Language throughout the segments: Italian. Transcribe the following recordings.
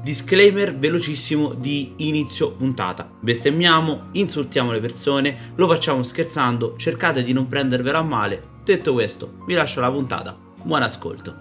Disclaimer velocissimo di inizio puntata. Bestemmiamo, insultiamo le persone, lo facciamo scherzando, cercate di non prendervelo a male. Detto questo, vi lascio la puntata. Buon ascolto.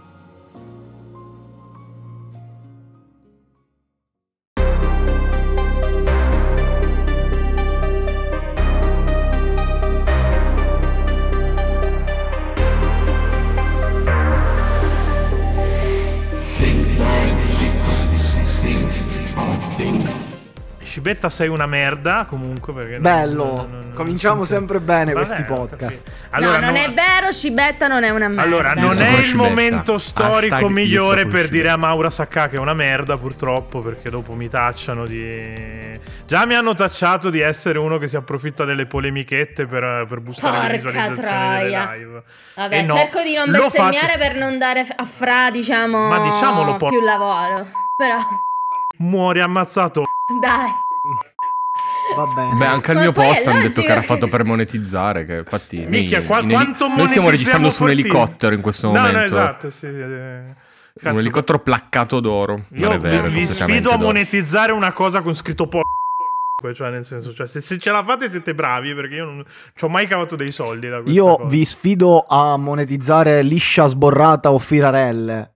Scibetta, sei una merda comunque perché bello, cominciamo sempre bene. Vabbè, questi podcast. Allora, non è vero, Scibetta non è una merda. Allora, non è il momento storico migliore per dire a Maura Saccà che è una merda, purtroppo, perché dopo mi tacciano di... Già mi hanno tacciato di essere uno che si approfitta delle polemichette per boostare le visualizzazioni delle live. Vabbè, cerco di non bestemmiare per non dare a Fra, diciamo, ma diciamolo più lavoro. Però muori ammazzato. Dai. Va bene. Beh, anche al mio post hanno detto che era fatto per monetizzare. Che infatti Minchia, quanto noi stiamo registrando su un elicottero in questo momento. No, esatto, sì. Un elicottero placcato d'oro. Io non è vero, vi sfido a monetizzare una cosa con scritto cioè nel senso, cioè, se ce la fate siete bravi, perché io non ci ho mai cavato dei soldi da questa Io cosa. vi sfido a monetizzare liscia sborrata o firarelle.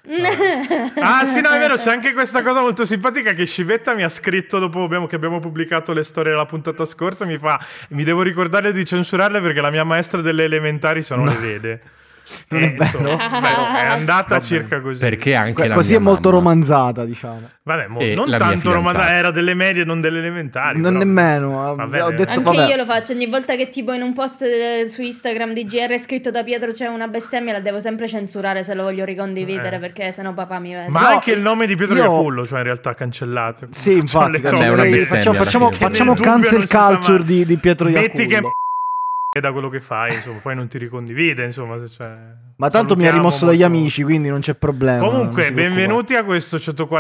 Ah sì, no, è vero, c'è anche questa cosa molto simpatica che Scibetta mi ha scritto dopo che abbiamo pubblicato le storie della puntata scorsa. Mi devo ricordare di censurarle perché la mia maestra delle elementari se non le vede. Non è vero? È andata circa così. Perché anche la così mia è molto mamma. romanzata, diciamo. Vabbè, non tanto romanzata, era delle medie, non delle elementari. Non però... nemmeno. Vabbè, ho detto, anche io lo faccio ogni volta che tipo in un post su Instagram di GR scritto da Pietro c'è una bestemmia, la devo sempre censurare se lo voglio ricondividere, perché sennò papà mi vede. Ma anche il nome di Pietro Iacullo, cioè in realtà cancellato. Sì, infatti, facciamo cancel culture di Pietro Iacullo. Metti che da quello che fai, insomma, poi non ti ricondivide, insomma, ma tanto mi ha rimosso dagli amici, quindi non c'è problema. Comunque, benvenuti a questo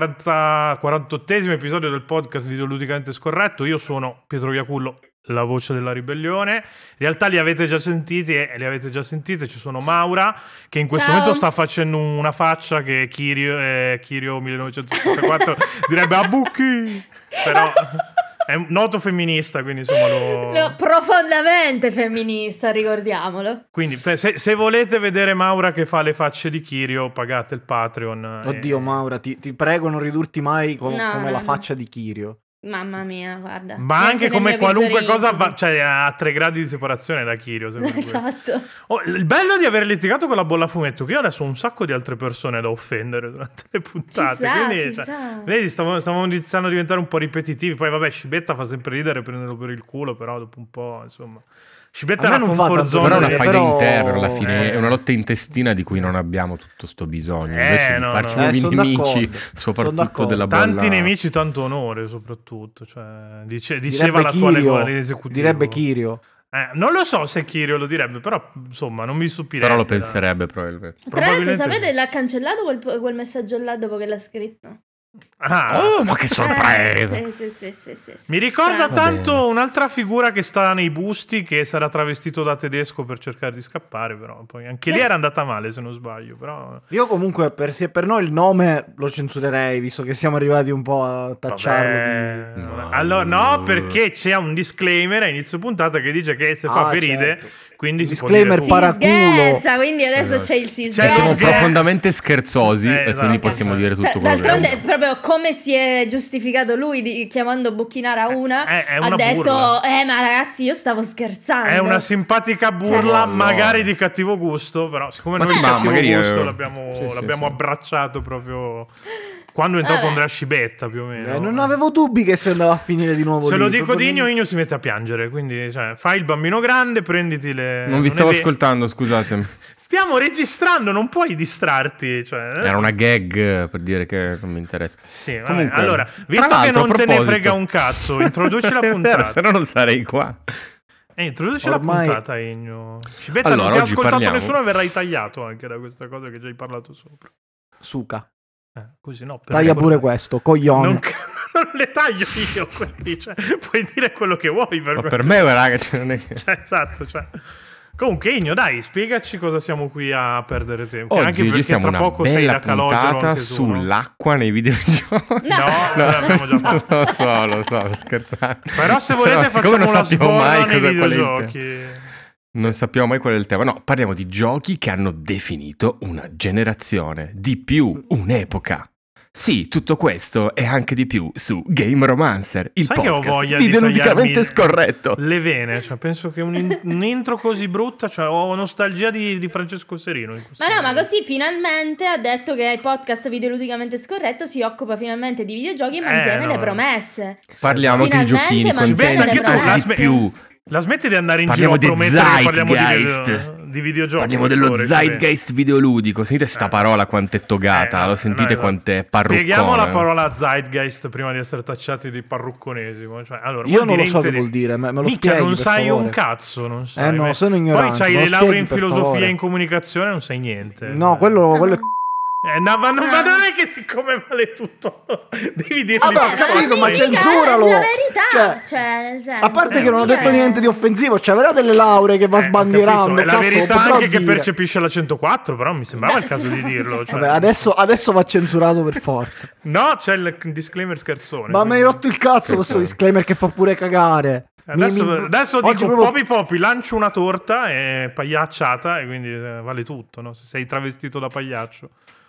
148esimo episodio del podcast Videoludicamente Scorretto. Io sono Pietro Iacullo, la voce della ribellione. In realtà li avete già sentiti e li avete già sentite. Ci sono Maura, che in questo momento sta facendo una faccia che Kirio 1964 direbbe a bucchi, però... È un noto femminista, quindi insomma profondamente femminista, ricordiamolo. Quindi se volete vedere Maura che fa le facce di Kirio, pagate il Patreon. Oddio, Maura, ti prego non ridurti mai come la faccia di Kirio. Mamma mia, guarda. Ma anche come qualunque cosa cioè a 3 gradi di separazione da Kirio. Esatto. Il bello di aver litigato con la bolla fumetto, che io adesso ho un sacco di altre persone da offendere durante le puntate. Quindi vedi, stiamo iniziando a diventare un po' ripetitivi. Poi vabbè, Scibetta fa sempre ridere, prenderlo per il culo, però dopo un po', insomma... Scibetta è una comfort zone. Però è una faida interna, alla fine è una lotta intestina di cui non abbiamo tutto sto bisogno. Invece di farci nuovi nemici, soprattutto della bolla. Tanti nemici, tanto onore, soprattutto. Cioè, diceva l'attuale esecutivo. Direbbe Kirio. Non lo so se Kirio lo direbbe, però insomma non mi stupirebbe. Però lo penserebbe probabilmente. Tra l'altro, sapete, l'ha cancellato quel messaggio là dopo che l'ha scritto. Oh, ma che sorpresa! Sì. Mi ricorda tanto un'altra figura che sta nei busti, che sarà travestito da tedesco per cercare di scappare, però poi anche lì era andata male, se non sbaglio. Però... Io comunque per noi il nome lo censurerei, visto che siamo arrivati un po' a tacciarlo Allora, no, perché c'è un disclaimer a inizio puntata che dice che se fa per ride, quindi si disclaimer può dire scherza, quindi adesso c'è il siamo profondamente scherzosi e quindi possiamo dire tutto quello che d'altronde proprio come si è giustificato lui chiamando Bucchinara ha detto burla. Ma ragazzi, io stavo scherzando. È una simpatica burla, magari di cattivo gusto, però siccome noi di cattivo gusto l'abbiamo abbracciato proprio quando è entrato Andrea Scibetta, più o meno. Non avevo dubbi che se andava a finire di nuovo. Se lo dico Igno si mette a piangere, quindi fai il bambino grande, prenditi le... Non vi stavo ascoltando, scusatemi. Stiamo registrando, non puoi distrarti, Era una gag per dire che non mi interessa. Sì, comunque, allora, visto che non te ne frega un cazzo, introduci la puntata. Se no non sarei qua. Introduci la puntata, Igno. Scibetta, allora, non ti ha ascoltato parliamo. Nessuno, verrai tagliato anche da questa cosa che già hai parlato sopra. Suca. Così no. Taglia pure questo, coglione. Non le taglio io quelli, puoi dire quello che vuoi per me, raga, non è... esatto, Comunque, Igno, dai, spiegaci cosa siamo qui a perdere tempo. Oggi Anche perché siamo tra poco sei bella da calogero puntata anche tu, sull'acqua nei videogiochi. No. l'abbiamo già fatto. Lo so, scherzando. Però se volete siccome facciamo non la sappiamo mai sborra nei qual è il videogiochi. Non sappiamo mai qual è il tema. No, parliamo di giochi che hanno definito una generazione, di più un'epoca. Sì, tutto questo e anche di più su Game Romancer, il Sai che ho podcast voglia di videoludicamente tagliarmi scorretto. le vene, cioè penso che un intro così brutta, cioè ho nostalgia di Francesco Serino in questo Ma no, ma momento. così finalmente ha detto che il podcast videoludicamente scorretto si occupa finalmente di videogiochi e mantiene no. le promesse. Parliamo anche di Finalmente giochini, mantiene contenuti, le promesse. anzi di più. La smetti di andare in Parliamo giro a di promettere che parliamo Zeitgeist. di videogiochi. Parliamo per dello favore, Zeitgeist videoludico. Sentite sta parola quanto è togata, lo sentite no, esatto. quanto è parruccona. Spieghiamo la parola Zeitgeist prima di essere tacciati di parrucconesimo. Cioè, allora, Io non lo so che vuol dire, me lo Mica, spieghi, non per sai favore. un cazzo, non sai. No, sono ignorante. Poi c'hai me lo le lauree spieghi, in per filosofia favore. e in comunicazione, non sai niente. No, quello è... No, ma non è che siccome vale tutto devi dirmi Vabbè, ho per capito, forza. ma mica censuralo. è la verità, Cioè, nel senso, a parte che non ho mica detto è- niente di offensivo, cioè avrà delle lauree che va Ho sbandierando. capito, è la cazzo, verità lo potrò anche che dire. percepisce la 104, però mi sembrava il caso di dirlo. Cioè. Vabbè, adesso va censurato per forza. No, c'è il disclaimer scherzone. Ma mi hai rotto il cazzo questo disclaimer che fa pure cagare. Adesso oggi dico proprio- popi, lancio una torta e pagliacciata e quindi vale tutto, no? Se sei travestito da pagliaccio.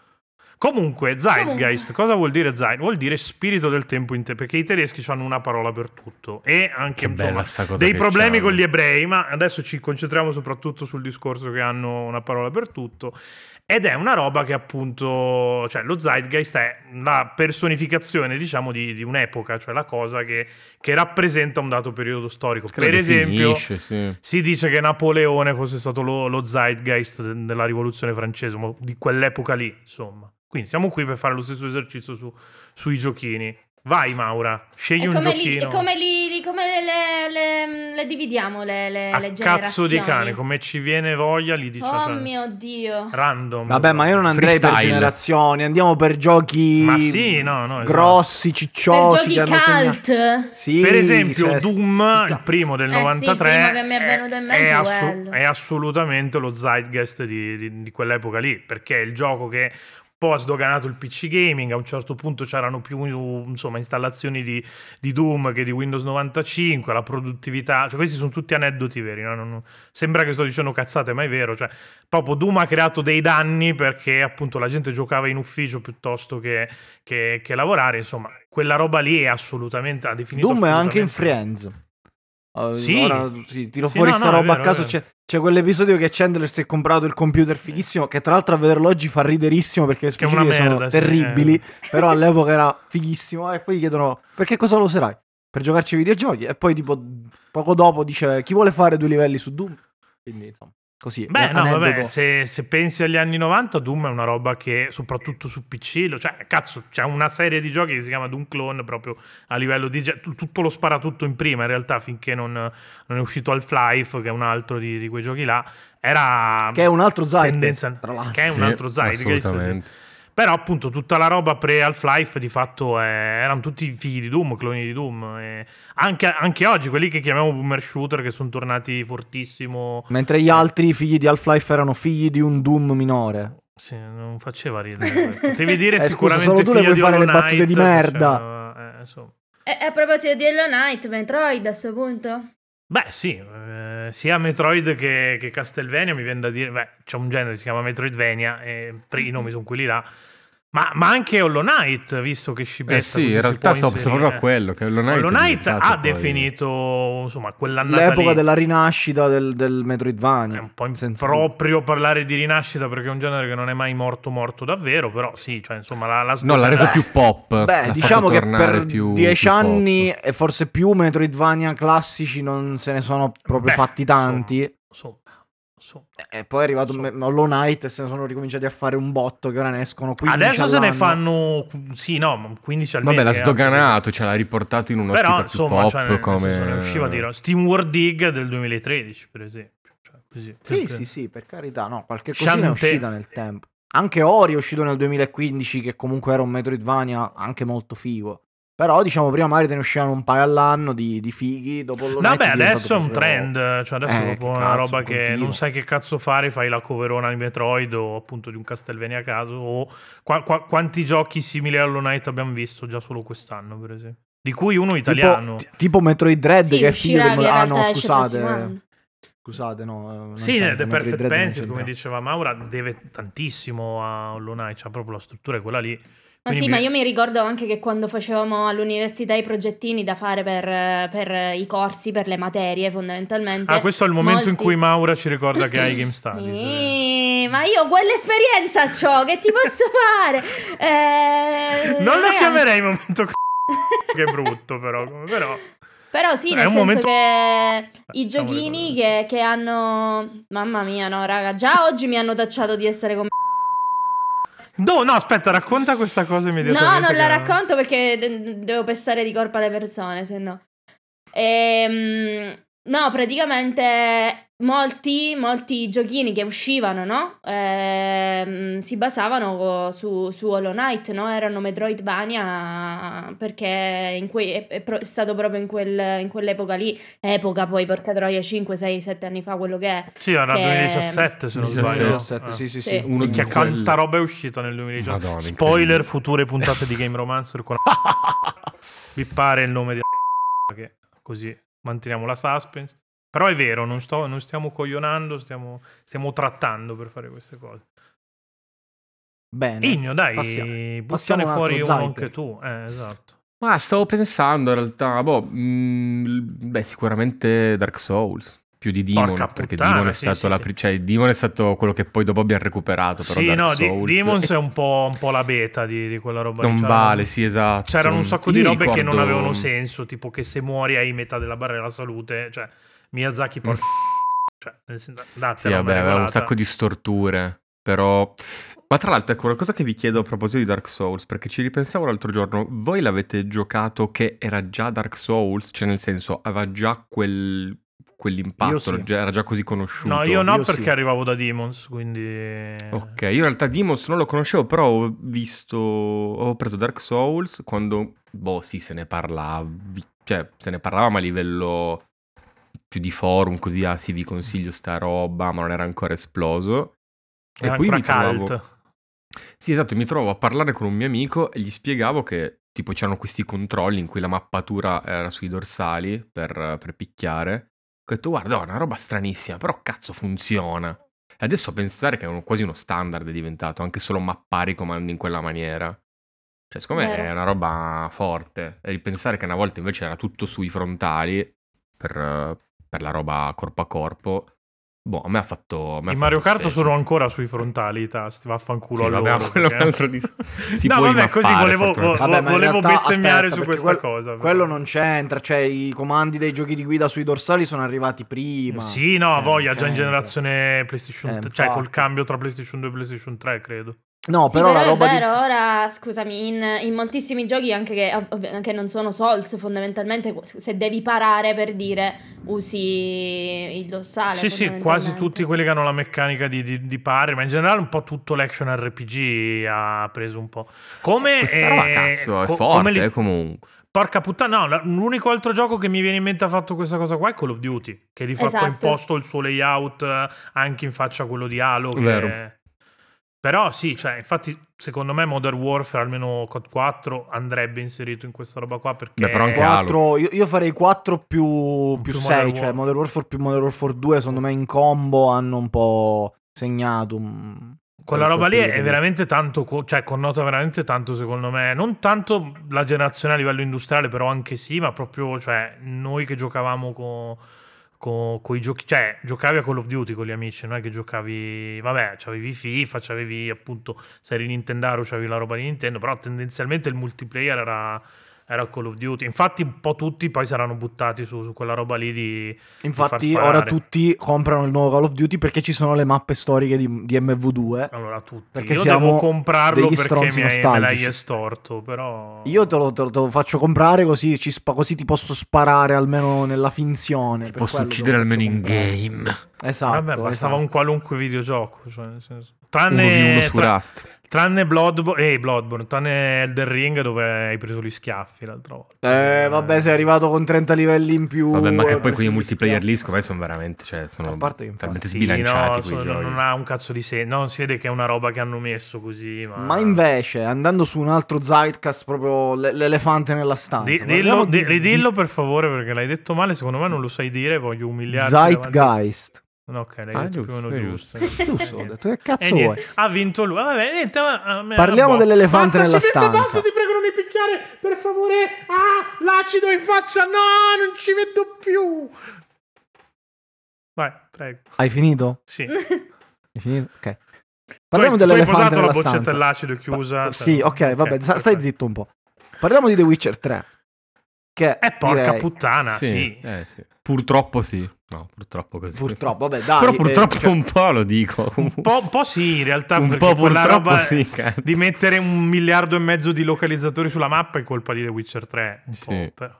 Comunque, Zeitgeist, cosa vuol dire Zeitgeist? Vuol dire spirito del tempo perché i tedeschi hanno una parola per tutto e anche Che bella insomma, sta cosa dei che problemi c'hanno. con gli ebrei, ma adesso ci concentriamo soprattutto sul discorso che hanno una parola per tutto. Ed è una roba che appunto, cioè lo Zeitgeist è la personificazione, diciamo, di un'epoca, cioè la cosa che rappresenta un dato periodo storico. Che la Per esempio, definisce, sì. si dice che Napoleone fosse stato lo Zeitgeist della rivoluzione francese, ma di quell'epoca lì, insomma. Quindi siamo qui per fare lo stesso esercizio sui giochini. Vai Maura, scegli un giochino. come le dividiamo le A generazioni? cazzo di cane, come ci viene voglia li diciamo. Oh cioè, mio Dio. random. Vabbè, ma io non andrei per Freestyle. generazioni, andiamo per giochi Ma sì, no, esatto. grossi, Per cicciosi. giochi che hanno segnato. cult. Sì, Per esempio, sì, Doom, sì, il primo del sì, il 93, primo che mi è venuto in mente è quello. è assolutamente lo Zeitgeist di quell'epoca lì, perché è il gioco che poi ha sdoganato il PC gaming. A un certo punto c'erano più insomma installazioni di Doom che di Windows 95, la produttività, cioè questi sono tutti aneddoti veri, no? Sembra che sto dicendo cazzate, ma è vero, cioè proprio Doom ha creato dei danni perché appunto la gente giocava in ufficio piuttosto che lavorare, insomma quella roba lì è assolutamente, ha definito Doom è anche in assolutamente- Friends. Sì. Ora tiro Sì, fuori no, sta no, è roba vero, a caso. è vero. C'è quell'episodio che Chandler si è comprato il computer fighissimo. Che tra l'altro a vederlo oggi fa riderissimo perché le Che è una specifiche sono merda, sì, terribili. Però all'epoca era fighissimo. E poi gli chiedono perché cosa lo userai? Per giocarci ai videogiochi. E poi tipo poco dopo dice chi vuole fare 2 livelli su Doom. Quindi insomma così. Beh, no, aneddoto. vabbè, se pensi agli anni 90, Doom è una roba che, soprattutto su PC, cioè, cazzo, c'è una serie di giochi che si chiama Doom Clone proprio a livello di... tutto lo sparatutto in prima, in realtà, finché non è uscito Half-Life, che è un altro di quei giochi là, era... Che è un altro Zeitgeist, tendenza, tra l'altro. che è un Sì, altro Zeitgeist, assolutamente. sì. Però appunto tutta la roba pre-Half-Life di fatto erano tutti figli di Doom, cloni di Doom. E anche oggi quelli che chiamiamo boomer shooter che sono tornati fortissimo. Mentre gli altri figli di Half-Life erano figli di un Doom minore. Sì, non faceva ridere. Potevi dire scusa, sicuramente solo tu le figlio puoi di fare Hollow le battute di Knight, merda. faceva, insomma. E a proposito di Hollow Knight, Metroid a sto punto? Beh sì, sia Metroid che Castlevania mi viene da dire, beh c'è un genere che si chiama Metroidvania e i nomi sono quelli là, ma anche Hollow Knight, visto che scibetta sì, in realtà sto proprio a quello, che Hollow Hollow Knight è ha diventato poi- definito insomma quell'annata L'epoca lì. della rinascita del È Metroidvania. un po' Senza improprio parlare di rinascita perché è un genere che non è mai morto davvero, però sì, cioè insomma la No, l'ha reso più pop. Beh, l'ha diciamo fatto che tornare per più 10 pop. anni e forse più Metroidvania classici non se ne sono proprio fatti tanti. Insomma. E poi è arrivato Hollow Knight e se ne sono ricominciati a fare un botto che ora ne escono 15 Adesso se ne all'anno. fanno sì, no, 15 al mese. Vabbè, l'ha sdoganato, cioè l'ha riportato in un'ottica Però più insomma, pop cioè, nel come... senso, ne usciva a dire Steam World Dig del 2013, per esempio. Cioè, così. Sì, per carità, no, qualche cosina è Shantae. uscita nel tempo. Anche Ori è uscito nel 2015 che comunque era un Metroidvania anche molto figo. Però diciamo prima magari te ne uscivano un paio all'anno di fighi, dopo Hollow Knight Vabbè, è diventato adesso è un proprio- trend, cioè adesso è che proprio una cazzo, roba che continuo. non sai che cazzo fare, fai la coverona di Metroid o appunto di un Castlevania a caso, o quanti giochi simili a Hollow Knight abbiamo visto già solo quest'anno, per esempio. Di cui uno italiano. Tipo Metroid Dread Sì, che è figlio uscirà, che in Ah realtà no, esce il prossimo scusate. anno. Scusate, no. non Sì, c'entra, The Metroid Perfect Dread non Pencil, c'entra. come diceva Maura, deve tantissimo a Hollow Knight, c'ha proprio la struttura è quella lì. Ma Quindi sì, ma io mi ricordo anche che quando facevamo all'università i progettini da fare per i corsi, per le materie fondamentalmente. questo è il momento in molti- cui Maura ci ricorda che hai Game Studies. Ma io quell'esperienza c'ho, che ti posso fare? Non lo Ragazzi. chiamerei momento che è brutto però. Però sì, È nel un senso momento- che i Facciamo le giochini cose. che hanno... Mamma mia, no raga, già oggi mi hanno tacciato di essere come... No, aspetta, racconta questa cosa No, immediatamente. non la che- racconto perché devo pestare di colpa le persone, se no. No, praticamente molti giochini che uscivano, no? Si basavano su Hollow Knight, no? Erano Metroidvania perché è stato proprio in quell'epoca lì. Epoca poi, porca troia, 5, 6, 7 anni fa, quello che è. Sì, era che- 2017 se non 2017, sbaglio. 2017, sì, sì, Sì. sì. Uno di Che quel- tanta roba è uscita nel 2017. Madonna, Spoiler, incredibile. future puntate di Game Romancer con bippare il nome di che così manteniamo la suspense. Però è vero, non stiamo coglionando, stiamo trattando per fare queste cose. Bene. Igno, dai, Passiamo buttane a un fuori altro uno Zeitgeist. anche tu. Esatto. Ma stavo pensando in realtà, sicuramente Dark Souls, più di Demon, Porca perché puttana, Demon è sì, stato sì, la sì. cioè Demon è stato quello che poi dopo abbiamo recuperato, però Sì, Dark no, Souls Demons è un po' la beta di quella roba. non C'erano- vale, sì, esatto. C'erano un sacco Io di mi robe che non ricordo- avevano senso, tipo che se muori hai metà della barra della salute, cioè Miyazaki porca cioè, nel senso, date, Sì, roba vabbè, aveva un regolata. sacco di storture, però... Ma tra l'altro, ecco, una cosa che vi chiedo a proposito di Dark Souls, perché ci ripensavo l'altro giorno, voi l'avete giocato che era già Dark Souls? Cioè, nel senso, aveva già quell'impatto, Io sì. era già così conosciuto? No, io no, Io perché sì. arrivavo da Demons, quindi... Ok, io in realtà Demons non lo conoscevo, però ho preso Dark Souls quando, sì, se ne parlava, se ne parlava ma a livello più di forum, così, sì, vi consiglio sta roba, ma non era ancora esploso. Era E poi ancora mi trovavo... cult. Sì, esatto, mi trovo a parlare con un mio amico e gli spiegavo che tipo c'erano questi controlli in cui la mappatura era sui dorsali per picchiare. Ho detto, guarda, è una roba stranissima, però cazzo funziona. E adesso a pensare che è quasi uno standard è diventato, anche solo mappare i comandi in quella maniera. Cioè, secondo me Vero. è una roba forte. E ripensare che una volta invece era tutto sui frontali per la roba corpo a corpo. Boh, a me ha fatto... In Mario Kart sono ancora sui frontali i tasti, vaffanculo Sì, a vabbè, loro. quello è un perché- altro si No, può vabbè, così rimappare, volevo fortunatamente. Vabbè, ma in volevo realtà, bestemmiare aspetta, su perché questa cosa. Quello non c'entra, cioè i comandi dei giochi di guida sui dorsali sono arrivati prima. Sì, no, a Cioè, voglia, non già in c'entra. generazione PlayStation, cioè infatti. col cambio tra PlayStation 2 e PlayStation 3, credo. No, Sì, però la è roba di... vero, ora, scusami, in moltissimi giochi anche che non sono Souls, fondamentalmente, se devi parare per dire, usi il dorsale. Sì, quasi fondamentalmente. tutti quelli che hanno la meccanica di pari, ma in generale un po' tutto l'action RPG ha preso un po'. Come Questa roba, cazzo, è come forte, comunque. Porca puttana, no, l'unico altro gioco che mi viene in mente ha fatto questa cosa qua è Call of Duty, che di fatto ha Esatto. imposto il suo layout anche in faccia a quello di Halo. Vero. Però sì, cioè, infatti, secondo me Modern Warfare, almeno COD 4, andrebbe inserito in questa roba qua perché... Beh, però anche 4, io farei 4 più Più 6, Modern cioè War- Modern Warfare più Modern Warfare 2 secondo me in combo hanno un po' segnato. Quella roba lì è Qualcosa di- veramente tanto, cioè connota veramente tanto secondo me, non tanto la generazione a livello industriale, però anche sì, ma proprio, cioè, noi che giocavamo con i giochi, cioè, giocavi a Call of Duty con gli amici, non è che giocavi, vabbè, c'avevi FIFA, c'avevi appunto, se eri Nintendaro c'avevi la roba di Nintendo, però tendenzialmente il multiplayer era Call of Duty. Infatti un po' tutti poi saranno buttati su quella roba lì di Infatti far ora sparare. tutti comprano il nuovo Call of Duty perché ci sono le mappe storiche di MV2. Allora tutti, Perché io siamo devo comprarlo degli perché stronzi me l'hai nostalgici. estorto, però... Io te lo faccio comprare così, così ti posso sparare almeno nella finzione. Ti per posso quello te uccidere lo almeno faccio in comprare. game. Esatto. Vabbè, bastava esatto. un qualunque videogioco, cioè nel senso... Tranne 1v1 su Rust. Tranne Bloodborne, tranne Elden Ring dove hai preso gli schiaffi l'altra volta. Vabbè, sei arrivato con 30 livelli in più. Vabbè, ma che poi con i per multiplayer lì, secondo me sono veramente, cioè, sono A parte che infatti- talmente Sì, sbilanciati no, quei giochi. non ha un cazzo di senso. No, si vede che è una roba che hanno messo così. Ma invece, andando su un altro Zeitcast, proprio l'elefante nella stanza. Ridillo per favore, perché l'hai detto male. Secondo me non lo sai dire. Voglio umiliarti. Zeitgeist. No, ok, l'hai detto più o meno giusto. Giusto, ho detto, che cazzo E vuoi? niente, ha vinto lui. Vabbè, niente, Parliamo dell'elefante nella stanza. Basta, ti prego, non mi picchiare, per favore. Ah, l'acido in faccia. No, non ci vedo più. Vai, prego. Hai finito? Sì. Hai finito? Ok. Parliamo Tu hai dell'elefante posato la nella boccetta stanza. dell'acido chiusa. Sì, ok, vabbè, stai zitto un po'. Parliamo di The Witcher 3. Che Porca direi- puttana, sì. Sì. Purtroppo sì. No, purtroppo così. Purtroppo, vabbè, dai. Però purtroppo cioè- un po' lo dico. Un po' sì, in realtà. Un perché po' quella purtroppo roba sì, cazzo. di mettere 1,5 miliardi di localizzatori sulla mappa è colpa di The Witcher 3. Un Sì. po', però.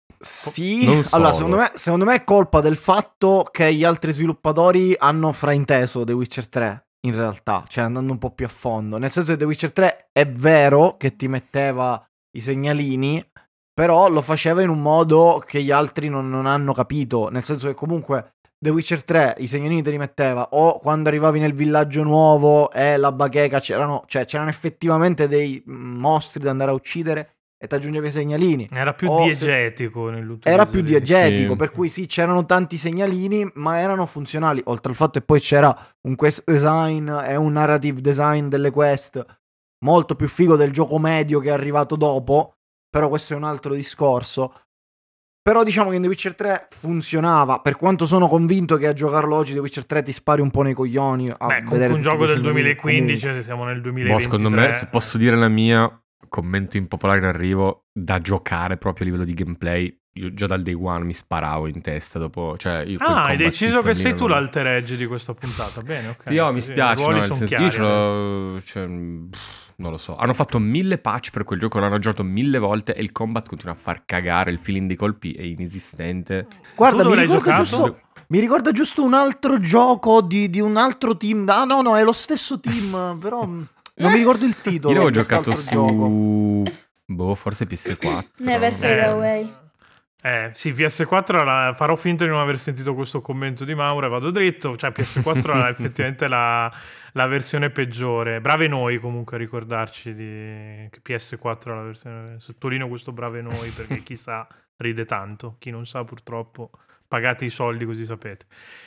Sì, Non allora solo. secondo me è colpa del fatto che gli altri sviluppatori hanno frainteso The Witcher 3, in realtà, cioè andando un po' più a fondo. Nel senso che The Witcher 3 è vero che ti metteva i segnalini, però lo faceva in un modo che gli altri non hanno capito, nel senso che comunque The Witcher 3 i segnalini te li metteva o quando arrivavi nel villaggio nuovo e la bacheca c'erano effettivamente dei mostri da andare a uccidere e ti aggiungevi i segnalini. Era più O se- diegetico nell'utilizzo. Era più diegetico, Sì. per cui sì, c'erano tanti segnalini, ma erano funzionali. Oltre al fatto che poi c'era un quest design e un narrative design delle quest molto più figo del gioco medio che è arrivato dopo. Però questo è un altro discorso. Però diciamo che in The Witcher 3 funzionava. Per quanto sono convinto che a giocarlo oggi The Witcher 3 ti spari un po' nei coglioni. A Beh, vedere comunque un tutti gioco quei del segnalini 2015, comunque. se siamo nel Boh, 2023. secondo me, se posso dire la mia, commento impopolare in arrivo, da giocare proprio a livello di gameplay, io già dal day one mi sparavo in testa dopo, cioè io quel Ah, hai combat deciso system che lì sei non tu lo- l'alter edge di questa puntata. Bene, ok. Sì, mi Così, spiace, i no, ruoli nel sono senso, io chiari ce l'ho, cioè, non lo so, hanno fatto 1000 patch per quel gioco, l'hanno giocato 1000 volte e il combat continua a far cagare, il feeling dei colpi è inesistente. Guarda, Tu dove mi l'hai ricorda, giocato? mi ricorda giusto un altro gioco di un altro team. Ah, no, è lo stesso team, però non mi ricordo il titolo. Io l'avevo di quest'altro giocato gioco. su, forse PS4. Never fade away. Sì, PS4 farò finta di non aver sentito questo commento di Mauro e vado dritto. Cioè, PS4 era effettivamente la versione peggiore. Brave noi comunque a ricordarci che PS4 era la versione. Sottolineo questo brave noi perché chi sa ride tanto. Chi non sa, purtroppo, pagate i soldi così sapete.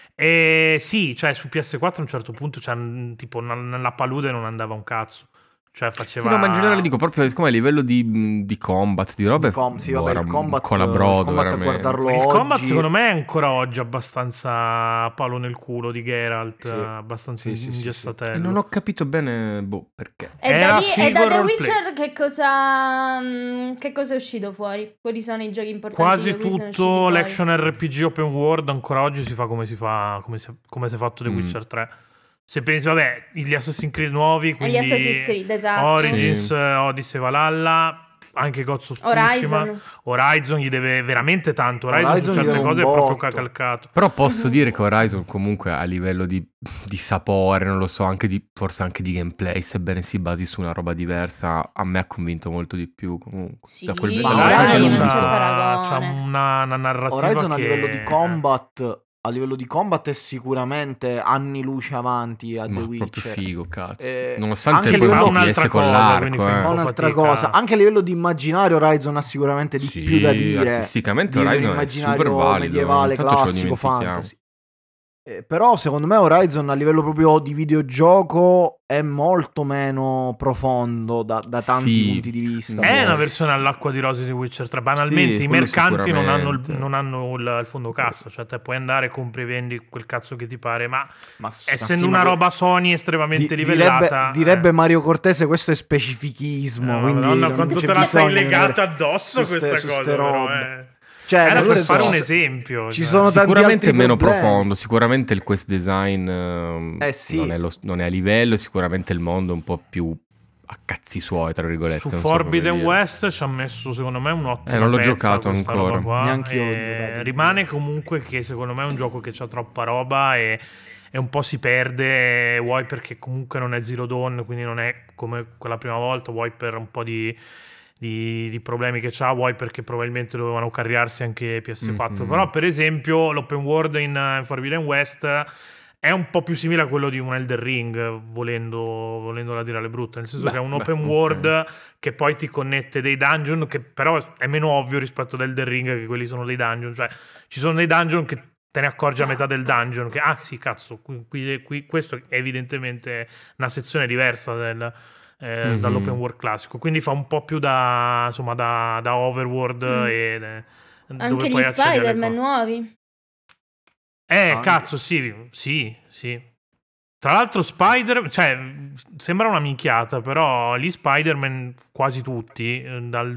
E sì, cioè su PS4 a un certo punto, cioè, tipo nella palude non andava un cazzo. Cioè faceva... Sì, no, ma in generale dico proprio siccome a livello di combat, di robe, Sì, vabbè, era il combat, un colabrodo, il combat a veramente. guardarlo Il oggi. combat secondo me è ancora oggi abbastanza palo nel culo di Geralt, Sì. abbastanza Sì, sì, sì, ingessatello. E non ho capito bene, perché. E Era da lì, figo e da il The roleplay. Witcher che cosa è uscito fuori? Quali sono i giochi importanti? Quasi da cui sono usciti tutto fuori? l'action RPG open world ancora oggi si fa come si è fatto The Witcher 3. Se pensi, vabbè, gli Assassin's Creed nuovi, E quindi gli Assassin's Creed, esatto. Origins, Odyssey, Valhalla, anche Ghost of Tsushima, Horizon gli deve veramente tanto. Horizon su Horizon gli certe deve un cose è proprio botto. calcato. Però posso dire che Horizon comunque a livello di sapore, non lo so, forse anche di gameplay, sebbene si basi su una roba diversa, a me ha convinto molto di più comunque. Sì, da quel ma dalla Horizon serie non non c'è so. paragone. c'ha una narrativa Horizon a che... livello di combat. A livello di combat è sicuramente anni luce avanti a The Ma Witcher. proprio figo, cazzo. Anche Nonostante poi fa un un'altra TPS con cosa, quindi l'arco, fa un Fa po' un'altra fatica. cosa. Anche a livello di immaginario Horizon ha sicuramente di Sì, più da dire. artisticamente di un Horizon è immaginario super valido, medievale, intanto ce lo classico, dimentichiamo. fantasy. Però secondo me Horizon a livello proprio di videogioco è molto meno profondo da tanti Sì. punti di vista. È una forse. versione all'acqua di rose di Witcher 3. Banalmente Sì, i quello mercanti non sicuramente. hanno il fondo cassa. Cioè te puoi andare, compri e vendi quel cazzo che ti pare. Ma Ma essendo sì, una ma roba Sony estremamente livellata... direbbe Mario Cortese, questo è specifichismo. quindi Madonna, non quanto c'è te la sei bisogno di legata andare addosso su questa su cosa. ste Però, robe. Cioè, Era nel per senso, fare un esempio. ci cioè. sono tanti Sicuramente è altri meno problemi. profondo, sicuramente il quest design sì. non è a livello, sicuramente il mondo è un po' più a cazzi suoi, tra virgolette. Su non so come Forbidden dire. West ci ha messo secondo me un ottimo non l'ho pezzo giocato questa ancora. roba qua, Neanche io l'ho e giocato. rimane comunque che secondo me è un gioco che c'ha troppa roba e e un po' si perde, vuoi perché comunque non è Zero Dawn, quindi non è come quella prima volta, vuoi per un po' di problemi che c'ha, vuoi perché probabilmente dovevano carriarsi anche PS4. Però per esempio l'open world in Forbidden West è un po' più simile a quello di un Elden Ring, volendola dire alle brutte, nel senso che è un open world che poi ti connette dei dungeon, che però è meno ovvio rispetto ad Elden Ring, che quelli sono dei dungeon, cioè ci sono dei dungeon che te ne accorgi a metà del dungeon, che sì cazzo, qui questo è evidentemente una sezione diversa dall'open world classico, quindi fa un po' più da overworld e anche dove gli puoi accedere alle Spider-Man cose. nuovi. Cazzo, sì. Tra l'altro cioè, sembra una minchiata, però gli Spider-Man, quasi tutti, dal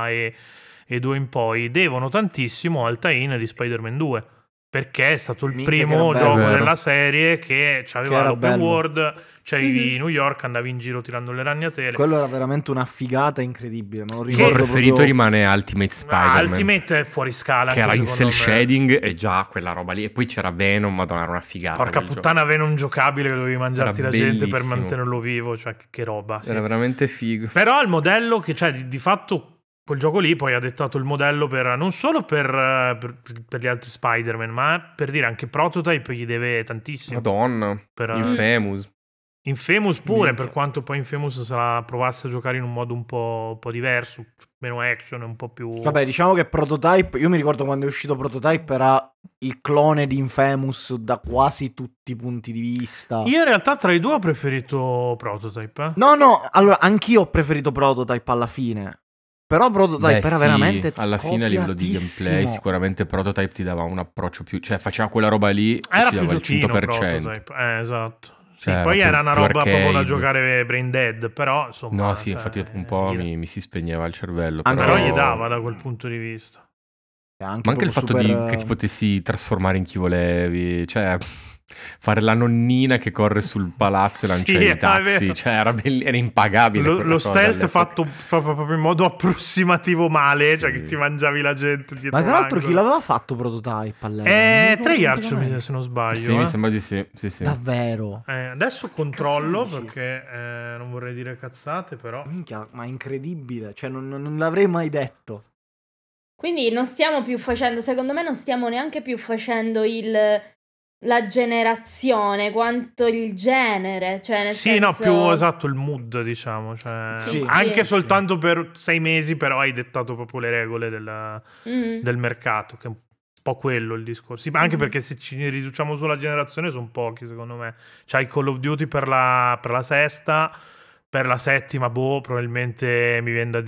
2002 in poi, devono tantissimo al tie-in di Spider-Man 2. Perché è stato il primo che era gioco bello. della serie che aveva era l'open bello. world, vivi in New York, andavi in giro tirando le ragnatele. Quello era veramente una figata incredibile. Me lo Il ricordo mio preferito proprio... rimane Ultimate Spider-Man. Ultimate è fuori scala. Che era anche in cell secondo me. shading e già quella roba lì. E poi c'era Venom, madonna, era una figata. Porca quel puttana, Venom giocabile che dovevi mangiarti Era la gente per bellissimo. mantenerlo vivo. Cioè, che roba. gioco. Sì. Era veramente figo. Però il modello che c'è, di fatto, quel gioco lì poi ha dettato il modello non solo per gli altri Spider-Man, ma per dire anche Prototype gli deve tantissimo. Madonna. Per- Infamous. Infamous pure, Minchia. per quanto poi Infamous se la provasse a giocare in un modo un po' diverso, meno action, un po' più... Vabbè, diciamo che Prototype, io mi ricordo quando è uscito Prototype, era il clone di Infamous da quasi tutti i punti di vista. Io in realtà tra i due ho preferito Prototype. No, allora anch'io ho preferito Prototype alla fine. Però Prototype era sì, veramente alla fine a livello di gameplay copiatissimo. sicuramente Prototype ti dava un approccio più, cioè faceva quella roba lì e Era ti più dava il giochino 100%. Prototype, esatto. Sì, Cioè, poi era era più- una più roba proprio da arcade. giocare Brain Dead, però insomma... No, sì, cioè, infatti dopo un po' mi si spegneva il cervello. Anche- Però però gli dava da quel punto di vista. Ma anche il proprio fatto super- che ti potessi trasformare in chi volevi, cioè fare la nonnina che corre sul palazzo e lancia Sì, i è taxi, vero. cioè era impagabile. quella Lo cosa stealth all'epoca. fatto proprio in modo approssimativo male, Sì. cioè che ti mangiavi la gente dietro Ma tra l'altro chi l'angolo. l'aveva fatto Prototype all'epoca? Non mi ricordo Treyarch, completamente. se non sbaglio. Sì, mi sembra di sì. Davvero? Adesso controllo Cazzo dici? perché non vorrei dire cazzate, però... Minchia, ma incredibile. Cioè, non l'avrei mai detto. Quindi non stiamo più facendo, secondo me non stiamo neanche più facendo la generazione quanto il genere, cioè nel Sì, no, senso... più esatto il mood, diciamo, cioè, Sì, anche sì. soltanto per 6 mesi, però hai dettato proprio le regole del mercato, che è un po' quello il discorso. Sì, ma anche perché se ci riduciamo sulla generazione sono pochi, secondo me. C'hai Call of Duty per la sesta, per la settima, probabilmente mi viene da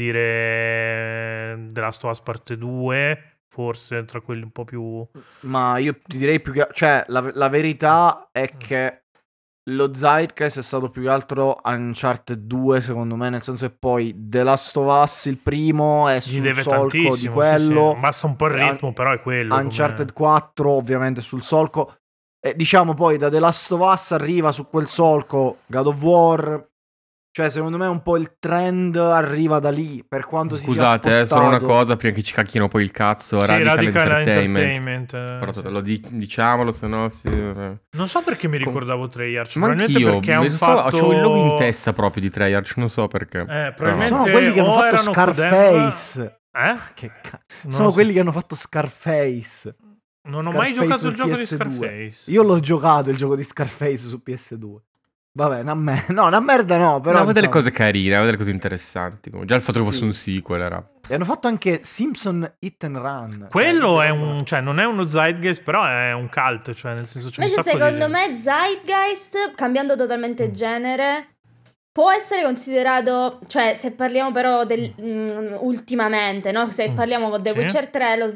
dire The Last of Us Parte 2, forse tra quelli un po' più... Ma io ti direi più che... Cioè, la verità è che lo Zeitgeist è stato più che altro Uncharted 2, secondo me, nel senso che poi The Last of Us, il primo, è Gli sul deve solco tantissimo, di quello. sì, sì. Basta un po' il ritmo, però è quello. Uncharted 4, ovviamente, sul solco. E diciamo poi da The Last of Us arriva su quel solco God of War. Cioè, secondo me un po' il trend arriva da lì, per quanto si sia Scusate, spostato. solo una cosa prima che ci cacchino poi il cazzo. Sì, Radical Entertainment. Però Sì. diciamolo, se no si... Non so perché mi ricordavo Treyarch. Ma Probabilmente anch'io, perché hanno non so, fatto... c'ho il logo in testa proprio di Treyarch, non so perché. probabilmente Sono quelli che hanno o fatto erano Scarface. Che Che sono quelli che hanno fatto Scarface. Non ho mai Scarface giocato sul il gioco di PS2. Scarface. Io l'ho giocato il gioco di Scarface su PS2. Vabbè, una merda no, però... Aveva delle insomma. cose carine, aveva delle cose interessanti. Già il fatto che fosse Sì. un sequel era... E hanno fatto anche Simpson Hit and Run. Quello Cioè, è un... Cioè, non è uno Zeitgeist, però è un cult. Cioè, nel senso, c'è un Invece sacco secondo di... me Zeitgeist, cambiando totalmente genere, può essere considerato, cioè se parliamo però ultimamente, no? Se parliamo con The Sì. Witcher 3, lo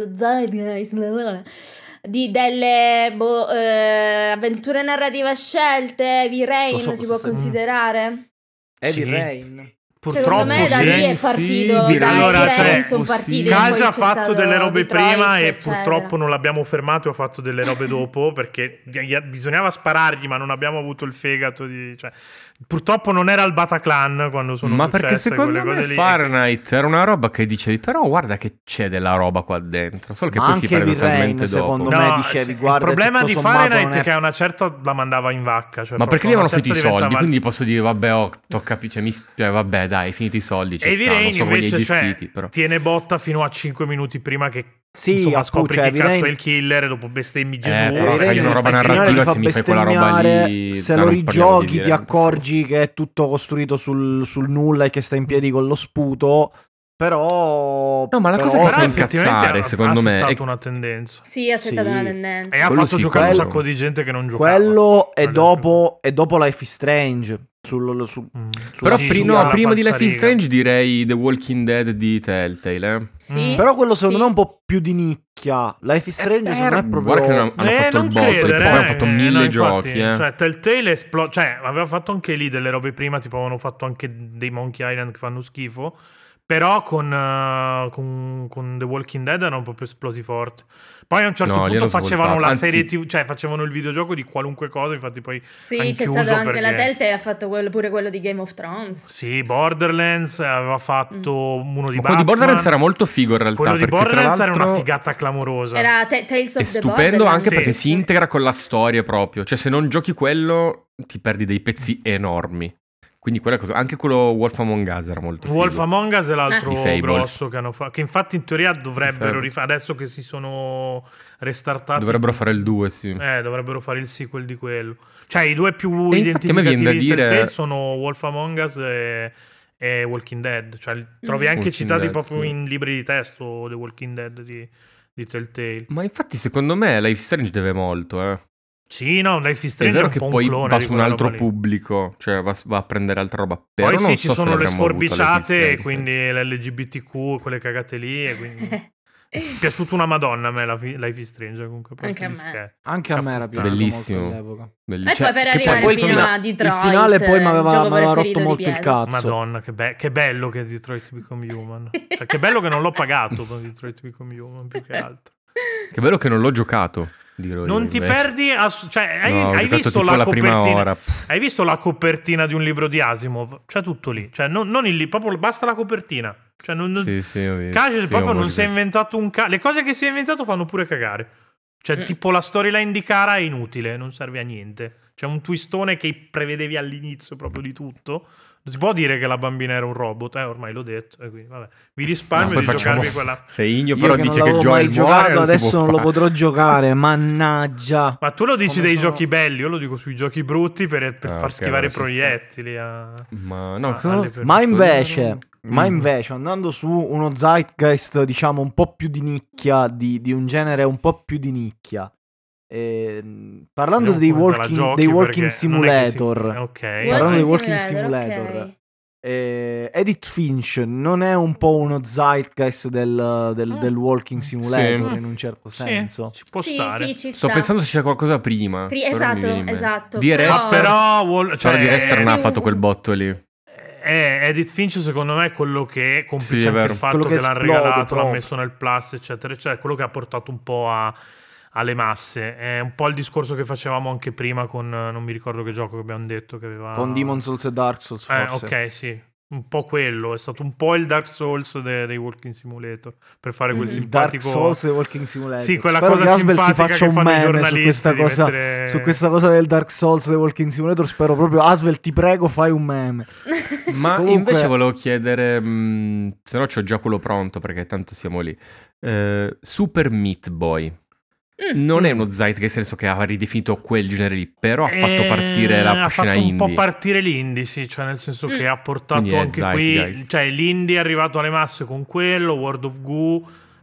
Zeitgeist di delle avventure narrative a scelte, Heavy Rain Lo so si cosa può stai- considerare? Heavy Sì. Rain. Purtroppo Secondo me da sì. lì è partito, Sì, da allora, Eren cioè, sono partiti. Cage poi ha c'è fatto stato delle robe Detroit, prima e eccetera. purtroppo non l'abbiamo fermato e ha fatto delle robe dopo perché bisognava sparargli, ma non abbiamo avuto il fegato di... Cioè, purtroppo non era il Bataclan quando sono Ma successe perché secondo quelle me cose lì. Fahrenheit era una roba che dicevi, però guarda che c'è della roba qua dentro, solo che Ma poi si anche prende Heavy Rain, totalmente dopo. secondo me, dicevi, guarda, il problema tutto di sommato Fahrenheit non è è- che a una certa la mandava in vacca. Cioè Ma perché lì proprio a avevano una finito i certa soldi, diventava- quindi posso dire, vabbè, tocca, cioè, vabbè, dai, finiti i soldi, ci Heavy sta, non Rain so come li hai invece, cioè, gestiti, però. tiene botta fino a 5 minuti prima che Sì, insomma appunto, scopri cioè, chi Heavy cazzo Rain- è il killer e dopo bestemmi Gesù. però Heavy fai Rain una roba al finale narrativa, ti fa se mi fai quella roba bestemmiare, lì, se dai, lo non parliamo di rigiochi ti dire. accorgi che è tutto costruito sul nulla e che sta in piedi con lo sputo, però... No, ma la cosa però- che fa effettivamente incazzare, secondo me, ha è- settato una tendenza. Sì, ha settato Sì. una tendenza. E ha Quello fatto sì, giocare un quello. sacco di gente che non giocava. Quello è Nel- dopo Life is Strange. Mm. Però Sì, prima, la prima di Life is falsariga. Strange direi The Walking Dead di Telltale, Sì. Però quello secondo Sì. me è un po' più di nicchia. Life is Strange secondo me è proprio... Guarda che hanno fatto non il botto, credere, poi hanno fatto 1000 no, infatti, giochi, Cioè, Telltale cioè, aveva fatto anche lì delle robe prima, tipo avevano fatto anche dei Monkey Island che fanno schifo. Però con The Walking Dead erano proprio esplosi forte. Poi a un certo No, lì punto hanno facevano svoltato. la Anzi- serie TV, cioè facevano il videogioco di qualunque cosa, infatti poi Sì, han c'è chiuso stato anche la perché- Telltale, ha fatto pure quello di Game of Thrones. Sì, Borderlands aveva fatto uno di Ma quello Batman. di Borderlands era molto figo in realtà, Quello di perché tra Borderlands era l'altro una figata clamorosa. Era Tales è of the stupendo Borderlands. anche Sì. perché si integra con la storia proprio. Cioè, se non giochi quello, ti perdi dei pezzi enormi. Quindi quella cosa, anche quello Wolf Among Us era molto figo. Wolf Among Us è l'altro Di Fables. grosso che hanno fatto. Che infatti in teoria dovrebbero Fables. rifare. Adesso che si sono restartati. Dovrebbero fare il 2, sì. Dovrebbero fare il sequel di quello. Cioè, i due più E infatti a me identificativi viene da di dire- Telltale sono Wolf Among Us e Walking Dead. Cioè, trovi anche Walking citati Dead, proprio sì. in libri di testo The Walking Dead di Telltale. Ma infatti secondo me Life is Strange deve molto, eh. Sì, no, Life is È Strange vero un che po' un poi clone va di su un quella altro roba lì. pubblico, cioè va a prendere altra roba. Però Poi non sì, ci so se sono le l'avremmo avuto Life is sforbiciate, Strange. quindi l'LGBTQ, quelle cagate lì. E quindi... Mi è piaciuto una madonna a me Life is Strange, comunque. Anche a me. Scherzo. Anche a me era piaciuto Bellissimo. molto all'epoca. E poi per che arrivare poi il fino fina- a Detroit. il finale poi mi aveva gioco rotto preferito di molto il Pietro. cazzo. Madonna, che bello che è Detroit Become Human. Cioè, che bello che non l'ho pagato con Detroit Become Human, più che altro. Che bello che non l'ho giocato. Dirò Non io, ti invece. perdi... cioè, No, ho hai giocato visto tipo la la prima copertina... ora. Hai visto la copertina di un libro di Asimov? C'è tutto lì. Cioè, non il libro, proprio basta la copertina. Cioè, Sì, ho visto. Casual Sì, proprio ho non si è visto. inventato un le cose che si è inventato fanno pure cagare. Cioè, tipo la storyline di Kara è inutile, non serve a niente. C'è un twistone che prevedevi all'inizio proprio di tutto. Non si può dire che la bambina era un robot, ormai l'ho detto. E quindi, vabbè. Vi risparmio No, di poi giocarvi facciamo- quella. Se Igno Io però che dice non che l'avevo mai Joel muore, giocato, non si adesso può non lo fare. potrò giocare, mannaggia. Ma tu lo dici Come dei sono- giochi belli, io lo dico sui giochi brutti per far ok, schivare i allora ci sta. proiettili. Ma no, alle cosa persone. Ma invece, andando su uno zeitgeist, diciamo, un po' più di nicchia, di un genere un po' più di nicchia. Parlando dei Vediamo come te la walking, giochi, dei perché walking non è che simulator, Ok. Parlando di Walking ok. Simulator. Edith Finch non è un po' uno zeitgeist del walking simulator Sì. in un certo Sì, senso? ci può Sì, stare. sì, ci Sto sta. pensando se c'è qualcosa prima. però non mi viene in mente. Esatto. Di Però- Rester, Però cioè, di Rester non ha più- fatto quel botto lì. Edith Finch secondo me è quello che complice Sì, è anche vero. il fatto Quello che, che l'ha esplode regalato, l'ha proprio. messo nel plus eccetera eccetera, è quello che ha portato un po' alle masse. È un po' il discorso che facevamo anche prima con non mi ricordo che gioco che abbiamo detto che aveva Con Demon's Souls e Dark Souls, forse. ok, sì, un po' quello, è stato un po' il Dark Souls dei Walking Simulator per fare quel Il Dark simpatico Souls e Walking Simulator. Sì, quella Spero cosa che Asvel ti simpatica faccia che un fanno i meme su giornalisti questa di cosa, mettere- su questa cosa del Dark Souls e Walking Simulator. Spero proprio, Asvel, ti prego, fai un meme. Ma Comunque- invece volevo chiedere, se no c'ho già quello pronto perché tanto siamo lì. Super Meat Boy. Non è uno zeitgeist, nel senso che ha ridefinito quel genere lì, però ha fatto partire la ha scena fatto un po' indie. partire l'indie, sì, cioè nel senso che ha portato Quindi è anche qui, zeitgeist. cioè l'indie è arrivato alle masse con quello, World of Goo,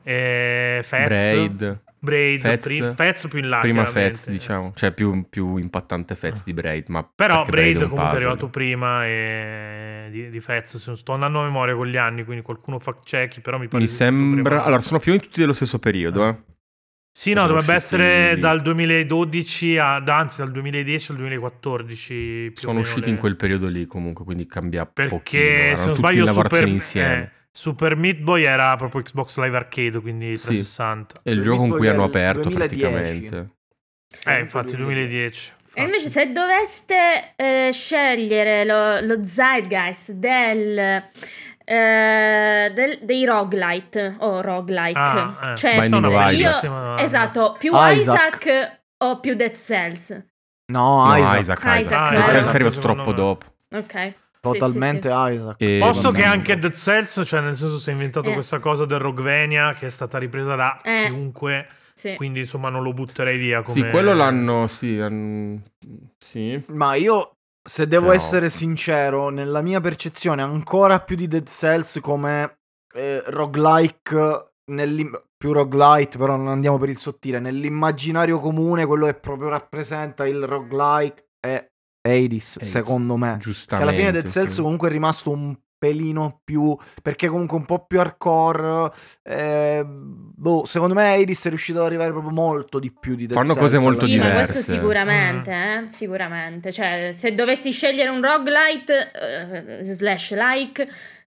Fez, Braid, Fez più in là prima chiaramente. Fez, diciamo, cioè più impattante Fez di Braid, ma Però perché Braid è un comunque è puzzle. arrivato prima di Fez, sto andando a memoria con gli anni, quindi qualcuno fact check, però mi pare Mi sia tutto sembra, prima. allora sono più o meno tutti dello stesso periodo, Sì, no, Sono dovrebbe usciti essere lì. dal 2012 anzi dal 2010 al 2014 più o Sono meno usciti le- in quel periodo lì comunque, quindi cambia pochino. Perché Erano se non tutti sbaglio in lavorazioni insieme. Super Meat Boy era proprio Xbox Live Arcade, quindi Sì. 360. È il gioco con cui hanno Meat Boy è il aperto 2010. praticamente. Infatti 2010. E invece se doveste scegliere lo zeitgeist dei roguelite o roguelike, cioè Binding of io, Isaac. esatto, più Isaac. Isaac o più Dead Cells? No, No, Isaac. Isaac. Isaac, Dead Cells Isaac, è arrivato secondo troppo me. dopo. Ok. Totalmente Isaac. E- Posto che Vabbè. anche Dead Cells, cioè nel senso si è inventato Eh. questa cosa del Roguevania che è stata ripresa da chiunque, Sì. quindi insomma non lo butterei via come... Sì, quello l'hanno... Sì. Sì. Ma io, se devo Però- essere sincero, nella mia percezione, ancora più di Dead Cells come roguelike, più roguelite, però non andiamo per il sottile, nell'immaginario comune quello che proprio rappresenta il roguelike è Hades, secondo me. Che Giustamente. alla fine Dead Cells sì. comunque è rimasto un pelino più, perché comunque un po' più hardcore. Secondo me Hades è riuscito ad arrivare proprio molto di più di Dead Fanno Cells cose molto Sì, alla fine. ma questo diverse. sicuramente, sicuramente. Cioè, se dovessi scegliere un roguelite slash like,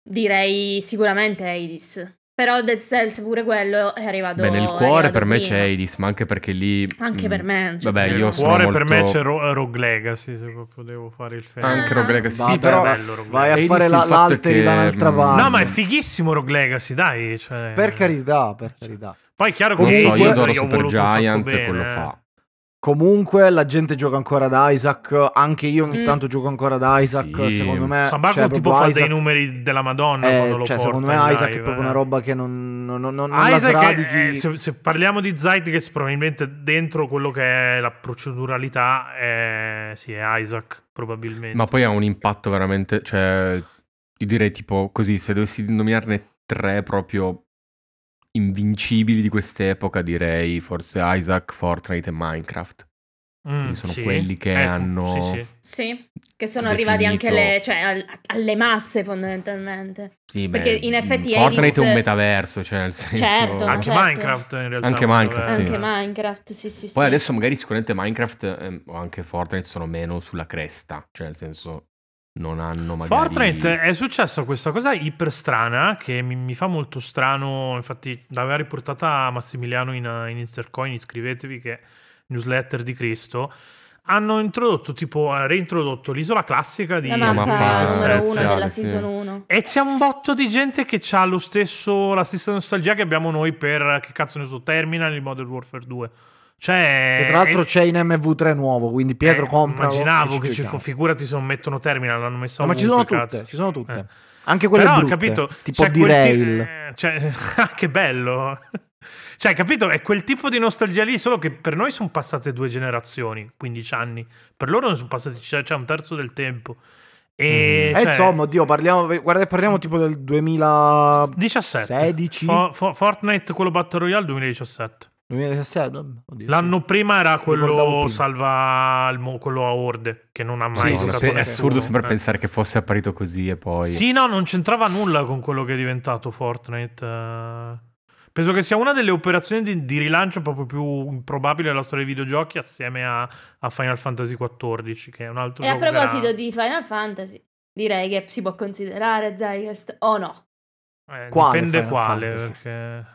direi sicuramente Hades. Però Dead Cells pure quello è arrivato. Beh, nel è cuore arrivato per me prima. c'è Hades, ma anche perché lì... Anche per me. cioè, Vabbè, Nel io sono cuore molto... per me c'è Rogue Legacy, se proprio devo fare il film. Anche Rogue Legacy. Sì, Vabbè, però... bello Rogue vai a Hades fare il fatto l'alteri che, da un'altra parte. No, ma è fighissimo Rogue Legacy, dai. Cioè... Per carità, per carità. Poi è chiaro che Non so, Comunque- io adoro ho Super voluto un sacco Giant, bene, quello fa. Comunque la gente gioca ancora ad Isaac, anche io ogni tanto gioco ancora ad Isaac, Sì. secondo me Sabaku cioè, tipo proprio fa Isaac, dei numeri della Madonna quando lo cioè, porta secondo in me Isaac live, è proprio una roba che non la Isaac sradichi. se parliamo di Zeitgeist probabilmente dentro quello che è la proceduralità sì, è Isaac probabilmente. Ma poi ha un impatto veramente... Cioè, io direi tipo così, se dovessi nominarne 3 proprio invincibili di quest'epoca, direi forse Isaac, Fortnite e Minecraft. Quindi sono sì, quelli che ecco, hanno... sì. Sì, che sono definito- arrivati anche alle masse fondamentalmente. Sì, Perché in effetti Fortnite Hades- è un metaverso, cioè nel senso... Certo, Anche certo. Minecraft in realtà. Anche Minecraft, sì. Anche Minecraft, sì. Poi adesso magari sicuramente Minecraft o anche Fortnite sono meno sulla cresta, cioè nel senso non hanno magari... Fortnite è successa questa cosa iper strana che mi fa molto strano, infatti l'aveva riportata Massimiliano in Insert Coin, iscrivetevi che newsletter di Cristo. Hanno reintrodotto l'isola classica di La mappa mappa numero 1 iniziale, della sì. season 1. e c'è un botto di gente che ha la stessa nostalgia che abbiamo noi per, che cazzo ne so, Terminal e Modern Warfare 2. Cioè, Che tra l'altro c'è in MV3 nuovo, quindi Pietro compra. immaginavo che figurati se non mettono Terminal, l'hanno messa Ma ci sono ovunque, tutte, cazzo. ci sono tutte. Anche quelle Però, brutte, capito, tipo c'è di quel Rail. cioè, che bello. Cioè, capito? È quel tipo di nostalgia lì, solo che per noi sono passate 2 generazioni, 15 anni. Per loro non sono passati, cioè un terzo del tempo. E cioè, Insomma, oddio, parliamo tipo del 2017. 17. Fortnite, quello Battle Royale 2017. 2017? Oddio, L'anno prima era Ricordavo quello prima. salva quello a Orde, che non ha mai Sì, giocato è nessuno. assurdo sempre pensare che fosse apparito così e poi... Sì, no, non c'entrava nulla con quello che è diventato Fortnite. Penso che sia una delle operazioni di rilancio proprio più improbabili della storia dei videogiochi assieme a Final Fantasy XIV, che è un altro E a gioco che proposito era- di Final Fantasy, direi che si può considerare Zeitgeist o no? Quale dipende Final quale, Fantasy? perché...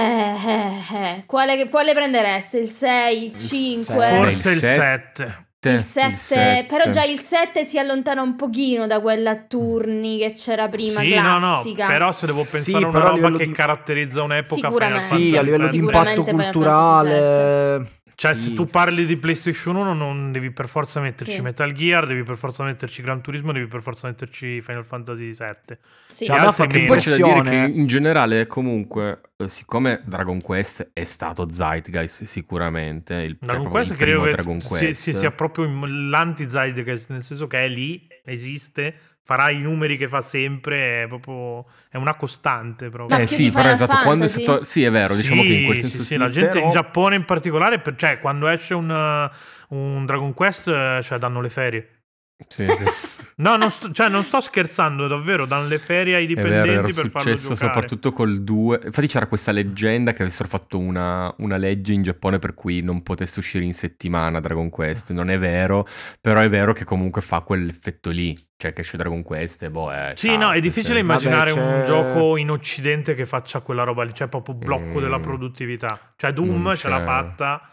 Quale prendereste? Il 6, il 5? Forse il Il 7. Il 7, però già il 7 si allontana un pochino da quella a turni che c'era prima, Sì, classica. no, però se devo pensare Sì, a una però a roba livello che di- caratterizza un'epoca Sicuramente. Final Sì, a livello di Fantasy impatto Sicuramente Final culturale. Cioè, Sì. se tu parli di PlayStation 1 non devi per forza metterci Sì. Metal Gear, devi per forza metterci Gran Turismo, devi per forza metterci Final Fantasy 7. Sì. Cioè, Gli a me altri fa più meno. Poi c'è da dire che impressione. in generale comunque, siccome Dragon Quest è stato Zeitgeist sicuramente, Dragon proprio Quest il credo primo che Dragon Quest. sia proprio l'anti-Zeitgeist, nel senso che è lì, esiste, farà i numeri che fa sempre, è una costante proprio. Ma più sì, di però Final esatto, quando è Fantasy? stato... Sì, è vero, diciamo che in quel senso sì, la gente però- in Giappone in particolare, cioè quando esce un Dragon Quest, cioè danno le ferie. Sì, No, non sto scherzando, davvero, danno le ferie ai È vero, dipendenti era per farlo successo giocare. soprattutto col 2. Infatti c'era questa leggenda che avessero fatto una legge in Giappone per cui non potesse uscire in settimana Dragon Quest. Non è vero, però è vero che comunque fa quell'effetto lì. Cioè che esce Dragon Quest e boh, Sì, ciao, no, è difficile cioè, immaginare Vabbè, un c'è- gioco in Occidente che faccia quella roba lì, cioè proprio blocco della produttività. Cioè Doom Non ce l'ha c'è. fatta,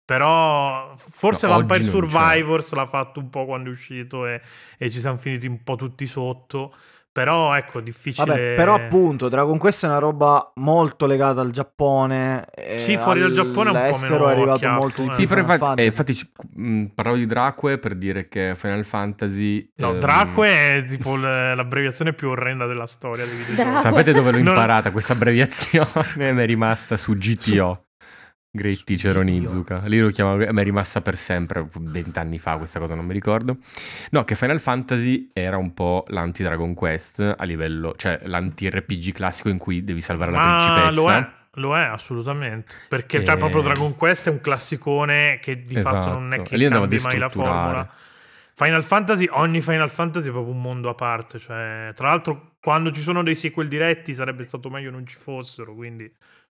però forse No, Vampire oggi non Survivors l'ha fatto un po' quando è uscito e ci siamo finiti un po' tutti sotto. Però ecco, difficile. Vabbè, però appunto Dragon Quest è una roba molto legata al Giappone. Sì, fuori dal Giappone è un po' all'estero meno è arrivato acchiappo, molto di più Sì, però Final infatti, Fantasy. parlavo di Dracue per dire che Final Fantasy... No, Dracue è tipo l'abbreviazione più orrenda della storia dei videogiochi. Dracue. Sapete dove l'ho Non- imparata questa abbreviazione? Mi è rimasta su GTO. Great Teacher Onizuka. Lì lo chiamavo, mi è rimasta per sempre, 20 anni fa questa cosa, non mi ricordo. No, che Final Fantasy era un po' l'anti-Dragon Quest a livello, cioè l'anti-RPG classico in cui devi salvare la Ma principessa. lo è assolutamente. Perché E- cioè, proprio Dragon Quest è un classicone che di fatto non è Esatto. che E lì andava a cambi mai la destrutturare. formula. Ogni Final Fantasy è proprio un mondo a parte. Cioè, tra l'altro, quando ci sono dei sequel diretti sarebbe stato meglio non ci fossero. Quindi,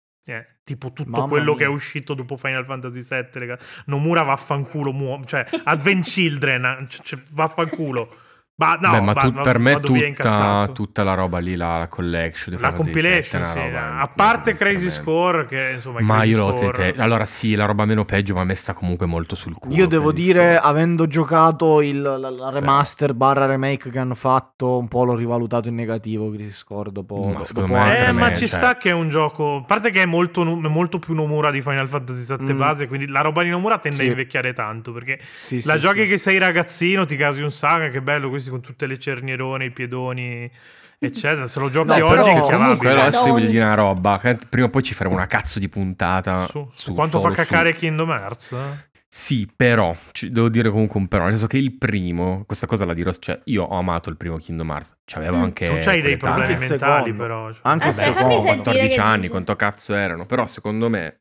tipo tutto Mamma quello mia. che è uscito dopo Final Fantasy VII. Nomura vaffanculo. Cioè, Advent Children, vaffanculo. Ma no, Beh, ma per me vado via incazzato. tutta la roba lì, la collection. di La Final Fantasy compilation, VII è sì. una roba A parte Crazy tremenda. Score, che insomma. Ma Crazy io lo Score- Allora sì, la roba meno peggio, ma a me sta comunque molto sul culo. Io devo Crazy dire, Score. avendo giocato la remaster barra remake che hanno fatto, un po' l'ho rivalutato in negativo Crisis Score dopo, Ma secondo dopo me è anni. ma tremendo, ci cioè. sta che è un gioco. A parte che è molto più Nomura di Final Fantasy VII base, quindi la roba di Nomura tende Sì. a invecchiare tanto. Perché Sì, la sì, giochi sì. che sei ragazzino, ti casi un saga, che bello, questi con tutte le cernierone, i piedoni, eccetera. Se lo giochi No, oggi, però che Comunque chiamabile. adesso io voglio Madonna. dire una roba, che prima o poi ci faremo una cazzo di puntata Su quanto fa solo cacare Kingdom Hearts? Sì, però, devo dire comunque un però, nel senso che il primo, questa cosa la dirò, cioè io ho amato il primo Kingdom Hearts, c'avevo anche... Tu c'hai dei quell'età. problemi Anche il mentali, secondo. però. cioè. Anche il Aspetta, Vabbè, fammi ho secondo. sentire 14 che anni, dici. quanto cazzo erano, però secondo me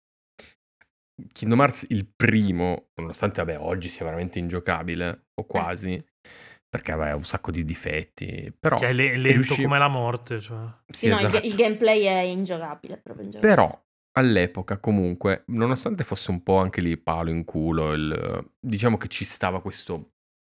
Kingdom Hearts il primo, nonostante vabbè oggi sia veramente ingiocabile, o quasi, perché aveva un sacco di difetti, però... Che è è lento riuscito- come la morte. Cioè. Sì, no, esatto. il gameplay è ingiocabile, proprio ingiocabile. Però all'epoca comunque, nonostante fosse un po' anche lì palo in culo, diciamo che ci stava questo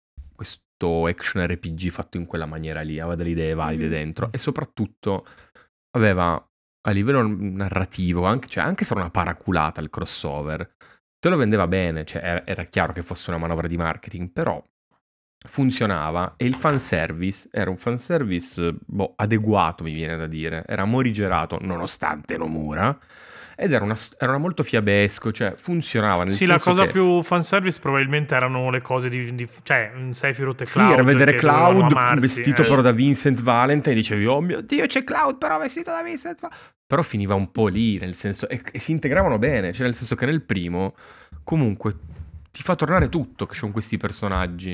action RPG fatto in quella maniera lì, aveva delle idee valide dentro e soprattutto aveva a livello narrativo, anche se era una paraculata il crossover, te lo vendeva bene, cioè era chiaro che fosse una manovra di marketing, però funzionava e il fanservice era un fanservice adeguato, mi viene da dire, era morigerato nonostante Nomura ed era molto fiabesco, cioè funzionava nel Sì, senso la cosa che più fanservice probabilmente erano le cose cioè Sephiroth e sì, Cloud. era vedere che dovevano Cloud amarsi, vestito Sì. però da Vincent Valentine e dicevi oh mio Dio c'è Cloud però vestito da Vincent Valentine, però finiva un po' lì nel senso e si integravano bene, cioè nel senso che nel primo comunque ti fa tornare tutto che ci sono questi personaggi.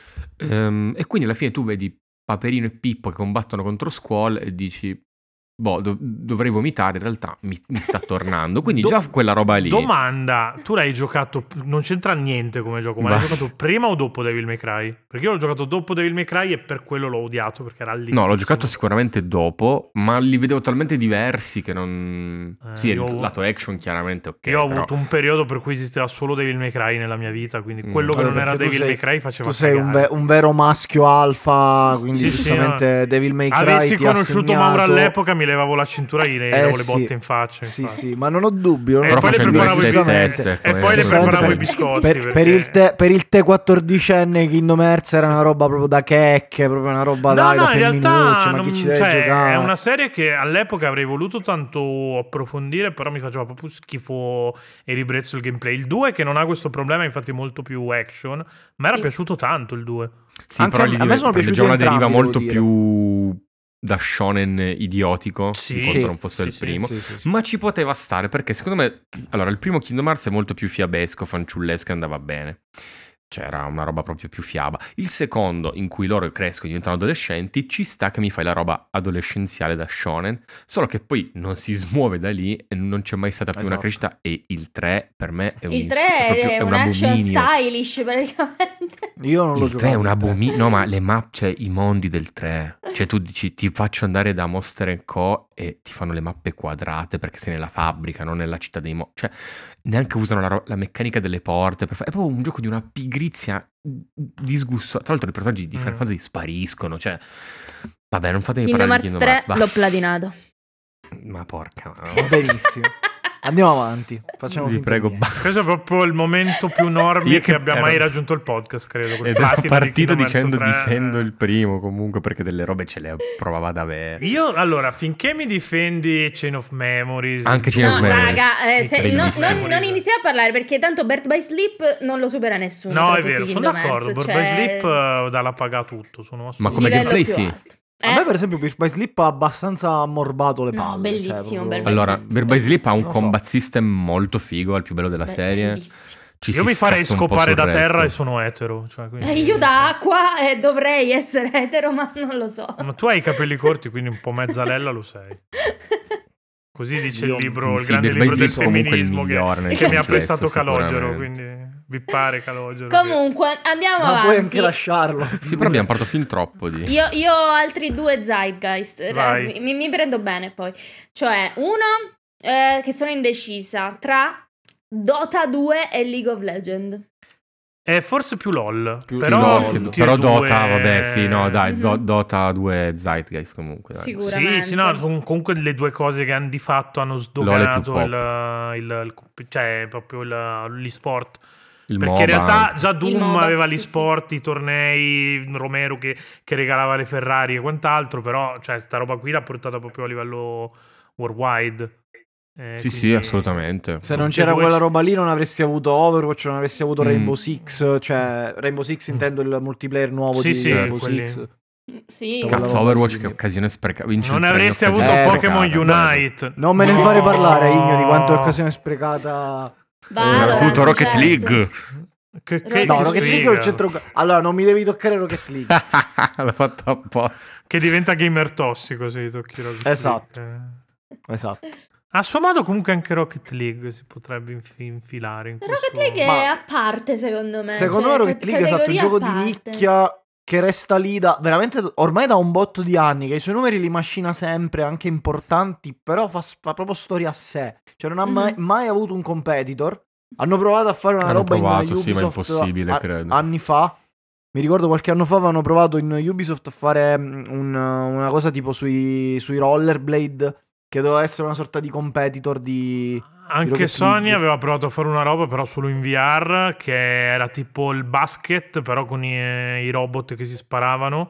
E quindi alla fine tu vedi Paperino e Pippo che combattono contro Squall e dici dovrei vomitare, in realtà mi sta tornando, quindi già quella roba lì. Domanda, tu l'hai giocato, non c'entra niente come gioco, ma Vai. l'hai giocato prima o dopo Devil May Cry? Perché io l'ho giocato dopo Devil May Cry e per quello l'ho odiato, perché era lì. No, l'ho giocato sicuramente dopo, ma li vedevo talmente diversi che non... Sì, io- il lato action chiaramente ok, Io ho però... avuto un periodo per cui esisteva solo Devil May Cry nella mia vita, quindi quello che Vabbè, non era perché tu Devil May sei- Cry faceva Tu sei cagare. un vero maschio alfa, quindi Sì, sì, giustamente Devil May Cry Avessi ti ha conosciuto segnato... Mauro all'epoca mi levavo la cintura e gli davo le sì. botte in faccia. Sì, infatti. sì, ma non ho dubbio. E Però poi le facendo preparavo i il biscotti. SS, E come- poi le Giustamente preparavo i per- biscotti. per il te 14enne Kingdom Hearts era una roba proprio da checche, proprio una roba No, da in femminucce, realtà ma chi non- ci deve cioè, giocare? è una serie che all'epoca avrei voluto tanto approfondire, però mi faceva proprio schifo e ribrezzo il gameplay. Il 2 che non ha questo problema, infatti è molto più action, ma era Sì. piaciuto tanto il 2. Sì, Anche però a lì me sono prende piaciuti già una deriva entrambi, molto devo più da shonen idiotico, Sì. di quanto Sì. non fosse Sì, il sì. primo. Sì, sì, sì. Ma ci poteva stare, perché secondo me... Allora, il primo Kingdom Hearts è molto più fiabesco, fanciullesco e andava bene. c'era una roba proprio più fiaba. Il secondo, in cui loro crescono e diventano adolescenti, ci sta che mi fai la roba adolescenziale da shonen, solo che poi non si smuove da lì e non c'è mai stata più una Esatto. crescita, e il 3 per me è Il 3 è un action stylish praticamente. Io non l'ho Il 3 è giocato. un abominio. No, ma le map, cioè i mondi del 3. Cioè tu dici ti faccio andare da Monster & Co. e ti fanno le mappe quadrate perché sei nella fabbrica, non nella città dei cioè neanche usano la meccanica delle porte. È proprio un gioco di una pigrizia disgusto. Tra l'altro i personaggi di Final Fantasy spariscono. Cioè, vabbè, non fatemi Kingdom parlare di Hearts Kingdom 3 Hearts. l'ho platinato. Ma porca. Va benissimo. Andiamo avanti. Facciamo Vi finta prego, di niente. Questo è proprio il momento più normie Io che abbia ero- mai raggiunto il podcast, credo. col Ed è platino di partito Kingdom Hearts dicendo 3. difendo il primo comunque perché delle robe ce le provava ad avere. Io, allora, finché mi difendi Chain of Memories... Anche Chain of No, Memories. raga, non Bellissimo. iniziamo a parlare perché tanto Birth by Sleep non lo supera nessuno. No, tra è tutti vero, i sono Kingdom d'accordo. Hearts, Birth by cioè, Sleep dà la paga a tutto. Sono Ma come livello gameplay più sì. alto. A me, per esempio, Birth by Sleep ha abbastanza ammorbato le No, palle. bellissimo, proprio- Birth by Allora, Sleep, Birth by Sleep ha un bellissimo. combat system molto figo, è il più bello della serie. Bellissimo. Ci Io si mi farei scazza un po' scopare sul da terra resto. e sono etero. Cioè, quindi- Io da acqua dovrei essere etero, ma non lo so. Ma tu hai i capelli corti, quindi un po' mezzalella lo sei. Così dice Io- il libro, il sì, grande Birth by libro del Sleep comunque il femminismo migliore nel che mi ha complesso, prestato Calogero, sicuramente. quindi vi pare Calogero. Comunque, andiamo Ma avanti. puoi anche lasciarlo. Sì, però abbiamo parlato fin troppo di... Io ho altri due Zeitgeist. Vai. Mi prendo bene poi. Cioè, uno che sono indecisa tra Dota 2 e League of Legends. È forse più LOL, Più però, LOL, tutti però e due- Dota, vabbè, sì, no, dai, Mhm. Dota 2 Zeitgeist comunque, dai. Sicuramente. Sì, no, sono comunque le due cose che hanno di fatto hanno LOL sdoganato è più cioè proprio l'e-sport. Il Perché MOBA. in realtà già Il Doom MOBA, aveva sì, l'e-sport, i tornei, Romero che regalava le Ferrari e quant'altro, però cioè, sta roba qui l'ha portata proprio a livello worldwide. Sì, Quindi- sì, assolutamente. Se non Tutti e c'era due quella ci- roba lì non avresti avuto Overwatch, non avresti avuto Mm. Rainbow Six, cioè Rainbow Six intendo il multiplayer nuovo Sì, di sì, Rainbow quelli- Six. Sì. Quella Cazzo, roba Overwatch lì. che occasione sprecata. Non avresti avuto occasione Pokémon sprecata. Unite. Non me ne No. fare parlare, Igno, di quanto è occasione sprecata. Vado, Avresti avuto Rocket certo. League. Che No, che Rocket League sfiga. non c'entra un Allora, non mi devi toccare Rocket League. L'ha fatto apposta. Che diventa gamer tossico se gli tocchi Rocket Esatto. League. Esatto. A suo modo comunque anche Rocket League si potrebbe infilare in Rocket questo... League è Ma- a parte, secondo me. Secondo cioè, me Rocket League è esatto un categoria gioco a di parte. nicchia che resta lì da veramente ormai da un botto di anni, che i suoi numeri li macina sempre, anche importanti, però fa proprio storia a sé. Cioè non ha mai avuto un competitor. Hanno provato a fare una Hanno roba provato, in sì, ma è Ubisoft impossibile, credo. anni fa. Mi ricordo qualche anno fa avevano provato in Ubisoft a fare una cosa tipo sui rollerblade, che doveva essere una sorta di competitor di Anche Rocket Sony League. aveva provato a fare una roba però solo in VR, che era tipo il basket però con i robot che si sparavano,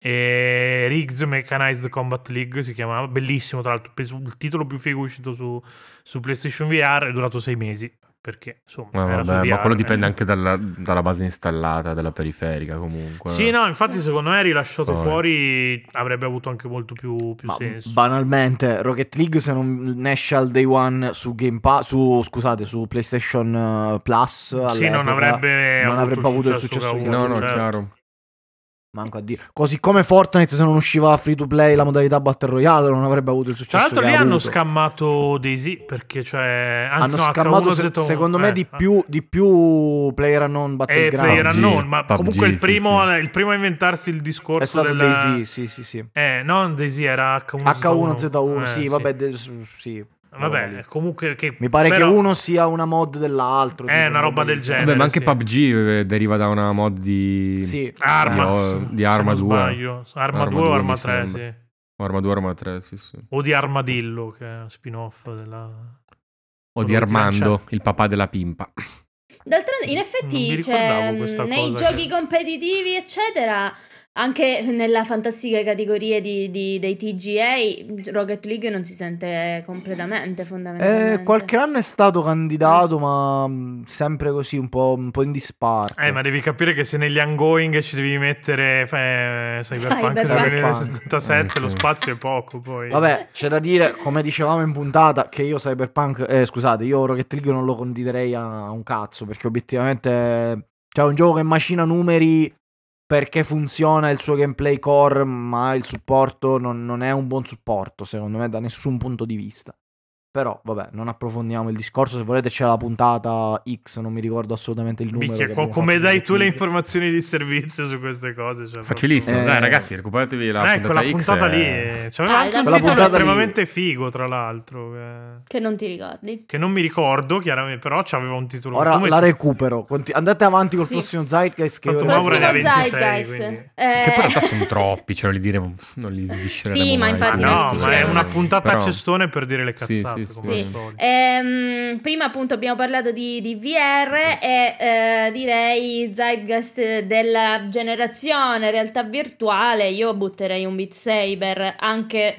e Riggs Mechanized Combat League si chiamava, bellissimo tra l'altro, penso il titolo più figo uscito su PlayStation VR, è durato 6 mesi perché insomma era su Vabbè, ma VR, quello dipende anche dalla base installata della periferica comunque. Sì, no, infatti secondo me rilasciato Poi. fuori avrebbe avuto anche molto più Ma senso. banalmente Rocket League se non esce al day one su Game Pass su PlayStation Plus Sì, non avrebbe avuto il successo che che ha No, avuto, no, certo. chiaro. manco a dire. Così come Fortnite se non usciva free to play la modalità Battle Royale non avrebbe avuto il Tra successo l'altro che lì ha hanno avuto. scammato Daisy perché cioè anzi Hanno no, scammato H1Z1 secondo me di più PlayerUnknown Battleground. PlayerUnknown, ma PUBG, comunque il sì, primo, sì. il primo a inventarsi il È discorso stato della... Daisy, sì. non Daisy, era H1Z1. H1Z1, sì, vabbè, sì. Vabbè, comunque che Mi pare però- che uno sia una mod dell'altro. È tipo una roba del genere. Vabbè, ma anche sì. PUBG deriva da una mod di... Sì. Arma, di Arma se non 2. sbaglio. Arma 2 o 2 Arma mi 3, sembra. sì. Arma 2, Arma 3, sì. O di Armadillo, che è spin-off della... O di Quello che ti Armando, lancia- il papà della pimpa. D'altronde, in Non mi effetti, ricordavo questa nei cosa giochi competitivi, eccetera, anche nella fantastica categoria dei TGA, Rocket League non si sente completamente, fondamentalmente. Qualche anno è stato candidato, ma sempre così un po' in disparte. ma devi capire che se negli ongoing ci devi mettere Cyberpunk Cyberpunk. 2077, lo Sì. spazio è poco poi. Vabbè, c'è da dire, come dicevamo in puntata, che io Cyberpunk, scusate, io Rocket League non lo condiderei a un cazzo, perché obiettivamente, Cioè un gioco che macina numeri perché funziona il suo gameplay core, ma il supporto non è un buon supporto, secondo me, da nessun punto di vista. Però, vabbè, non approfondiamo il discorso. Se volete c'è la puntata X, non mi ricordo assolutamente il numero. Minchia, come dai tu le informazioni di servizio su queste cose? Cioè, facilissimo. Dai ragazzi, recuperatevi la puntata quella X. puntata lì. C'aveva anche un quella titolo puntata estremamente figo, tra l'altro. Che non ti ricordi. Che non mi ricordo, chiaramente, però c'aveva un titolo. Ora come la recupero. Andate avanti col prossimo Zeitgeist. Che Tanto io Mauro ne ha Prossimo 26, Zeitgeist. quindi. Che poi in realtà sono troppi, ce li diremo, non li sviscereremo Sì, ma mai. infatti No, non ma è dicevano. una puntata Però- a cestone per dire le Sì, cazzate, sì, come sì. al solito. Prima appunto abbiamo parlato di VR e direi Zeitgeist della generazione realtà virtuale. Io butterei un Beat Saber, anche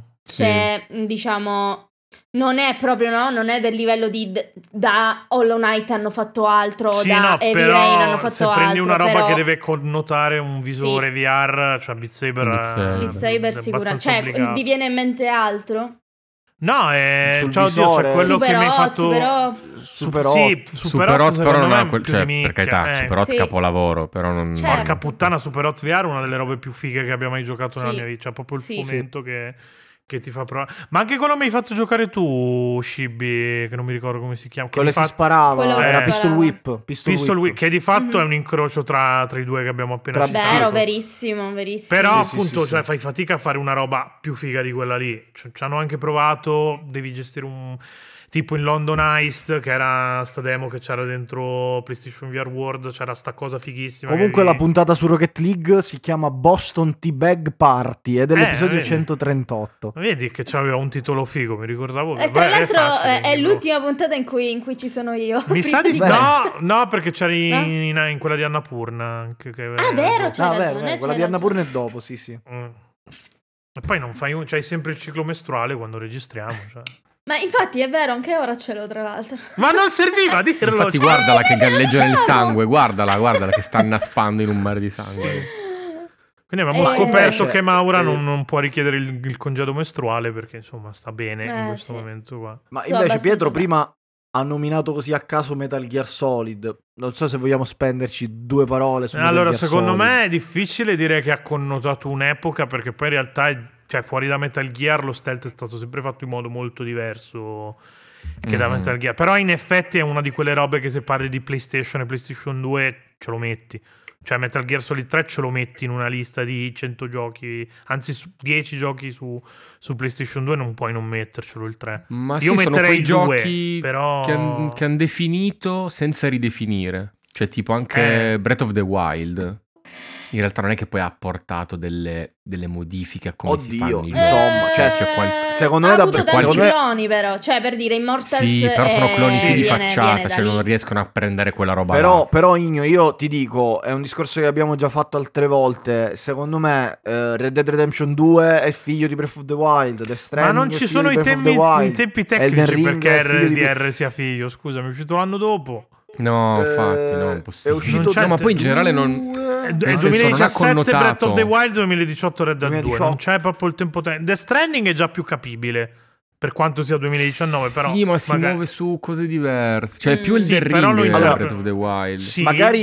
se diciamo non è proprio, no, non è del livello da Hollow Knight hanno fatto altro, Sì, da no, Heavy Rain hanno fatto se altro. prendi una roba però che deve connotare un visore VR, cioè Beat Saber, Beat Saber. è sicuramente. abbastanza Cioè, obbligato. vi viene in mente altro? No, Sul ciao Dio, visore. c'è quello Super che mi hai 8, fatto. però. Super Sì, 8. Super 8 però secondo non me ha è quel, più cioè, di per carità, nicchia, Super 8 Sì. capolavoro, però non... Certo. Porca puttana, Super 8 VR è una delle robe più fighe che abbia mai giocato nella Sì. mia vita. C'è proprio il Sì. fomento che ti fa provare. Ma anche quello mi hai fatto giocare tu, Shibby, che non mi ricordo come si chiama. Che Quello di si fatto- sparava. Quello Era si Pistol sparava. Whip. Pistol Whip, che di fatto Mhm. è un incrocio tra i due che abbiamo appena Tra- citato. Vero, verissimo, verissimo. Però Sì, sì, appunto sì, cioè, sì. fai fatica a fare una roba più figa di quella lì. Ci hanno anche provato, devi gestire un... Tipo in London Heist, che era sta demo che c'era dentro PlayStation VR World, c'era sta cosa fighissima. Comunque che la puntata su Rocket League si chiama Boston Teabag Party, è dell'episodio vedi. 138. Vedi che c'aveva un titolo figo, mi ricordavo. E tra l'altro facile, è quindi, l'ultima puntata in cui ci sono io. Mi sa di Prima no, perché c'eri No? in quella di Annapurna. Anche, che Ah, vero, c'hai Ah, ragione, vero, quella c'hai di Annapurna ragione. è dopo, sì, sì. E poi non fai c'hai sempre il ciclo mestruale quando registriamo. Cioè. Ma infatti è vero, anche ora ce l'ho tra l'altro. Ma non serviva a dirlo. Infatti cioè. guardala che ce l'ho galleggia nel lasciato. sangue, guardala che sta annaspando in un mare di sangue. Quindi abbiamo Eh, scoperto invece, che Maura non può richiedere il congedo mestruale perché insomma sta bene in questo sì. momento qua. Ma So, invece abbastanza Pietro bene. prima ha nominato così a caso Metal Gear Solid. Non so se vogliamo spenderci due parole su Metal Allora, Gear secondo Solid. me è difficile dire che ha connotato un'epoca perché poi in realtà, cioè, fuori da Metal Gear lo stealth è stato sempre fatto in modo molto diverso che da Metal Gear. Però in effetti è una di quelle robe che se parli di PlayStation e PlayStation 2 ce lo metti. Cioè Metal Gear Solid 3 ce lo metti in una lista di 100 giochi, anzi 10 giochi su PlayStation 2 non puoi non mettercelo il 3. Ma Io sì, sono metterei quei il giochi 2, però... che han definito senza ridefinire. Cioè tipo anche Breath of the Wild. In realtà non è che poi ha apportato delle modifiche a come si fanno i Oddio, giochi. insomma, cioè, secondo ha me avuto davvero- tanti secondo me- cloni però, cioè per dire Immortals Sì, però sono cloni più di viene facciata, da cioè lì. non riescono a prendere quella roba Però Igno, io ti dico, è un discorso che abbiamo già fatto altre volte. Secondo me Red Dead Redemption 2 è figlio di Breath of the Wild, Death Ma Stranding non è ci figlio sono di i Breath of the Wild, tempi Elden tecnici Ring perché è figlio di- RDR sia figlio. Scusami, è uscito l'anno dopo. No, infatti, no, è È impossibile. uscito Non c'è- No, ma poi in generale non... È nel senso, non ha 2017 Breath connotato. of the Wild, 2018 Red Dead 2. 2018. Non c'è proprio il tempo Death Stranding è già più capibile per quanto sia 2019, però Sì, ma si magari- muove su cose diverse. Cioè, è più Sì, Elden però lo Ring interpreta- Breath of the Wild. Sì.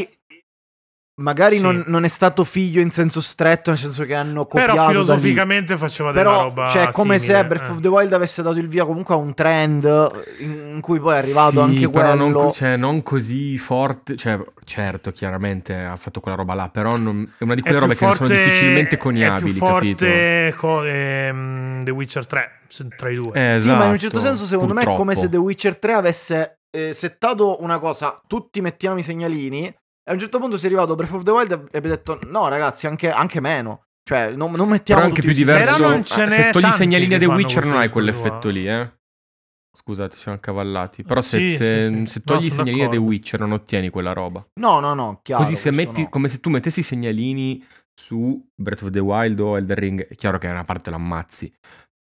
Magari Sì. non è stato figlio in senso stretto, nel senso che hanno copiato Però da lì. filosoficamente faceva della Però, roba cioè, come simile, se Breath of the Wild avesse dato il via comunque a un trend in cui poi è arrivato Sì, anche però quello. non così forte. Cioè, certo, chiaramente ha fatto quella roba là, però è una di È quelle più robe che non sono forte- difficilmente è coniabili, più capito? forte The Witcher 3 tra i due. Sì, ma in un certo esatto, senso, secondo me, è come purtroppo. se The Witcher 3 avesse settato una cosa, tutti mettiamo i segnalini, e a un certo punto si è arrivato Breath of the Wild e abbia detto, no ragazzi, anche meno. Cioè, non mettiamo Però è anche tutti più questi diverso. Però non ce n'è Se togli i tanti segnalini che a The fanno Witcher non questo hai quell'effetto discorso lì, eh. Scusate, siamo accavallati. Però Sì, sì, sì. se No, togli i sono segnalini a The d'accordo. Witcher non ottieni quella roba. No, chiaro. Così se questo metti, no. come se tu mettessi i segnalini su Breath of the Wild o Elden Ring, è chiaro che una parte l'ammazzi.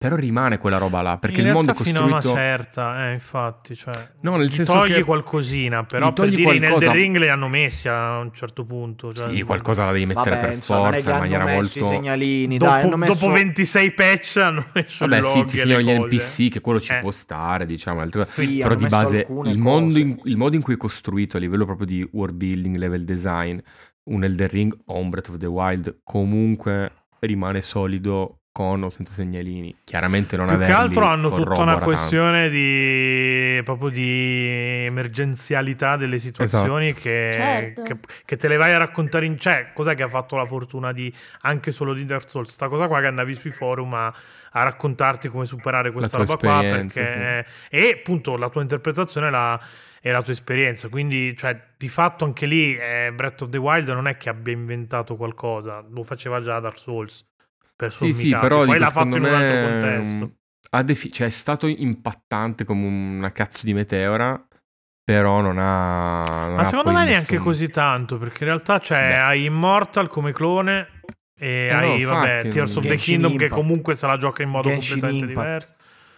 Però rimane quella roba là, perché in il mondo è realtà fino a costruito... una certa, infatti, cioè, No, nel gli senso togli che qualcosina, però gli per togli dire in qualcosa- Elden Ring li hanno messi a un certo punto. Cioè, Sì, qualcosa la devi mettere Vabbè, per insomma, non è che forza, in hanno maniera messo i molto... segnalini, dai, hanno messo... Dopo 26 patch hanno messo Vabbè, il sì, log ti e segnano le gli cose. NPC, che quello ci può stare, diciamo. Sì, Però hanno di messo base alcune il modo, cose. il modo in cui è costruito a livello proprio di world building, level design, un Elden Ring o un Breath of the Wild comunque rimane solido con o senza segnalini. Chiaramente non Più che averli altro hanno tutta una corrobora tanto. questione proprio di emergenzialità delle situazioni Esatto. Certo. che te le vai a raccontare in... Cioè, cos'è che ha fatto la fortuna anche solo di Dark Souls? Sta cosa qua che andavi sui forum a raccontarti come superare questa tua roba qua, esperienza, perché... E appunto la tua interpretazione è la tua esperienza, quindi cioè, di fatto anche lì Breath of the Wild non è che abbia inventato qualcosa, lo faceva già Dark Souls. Per Sì, sommi capi. però Poi dico, l'ha fatto secondo in un altro me, contesto. cioè, è stato impattante come una cazzo di meteora, però non ha... Ma secondo me neanche nessun... così tanto, perché in realtà hai Immortal come clone e no, hai, infatti, Tears of the Genshin Kingdom che Impact. comunque se la gioca in modo Genshin completamente Impact. diverso.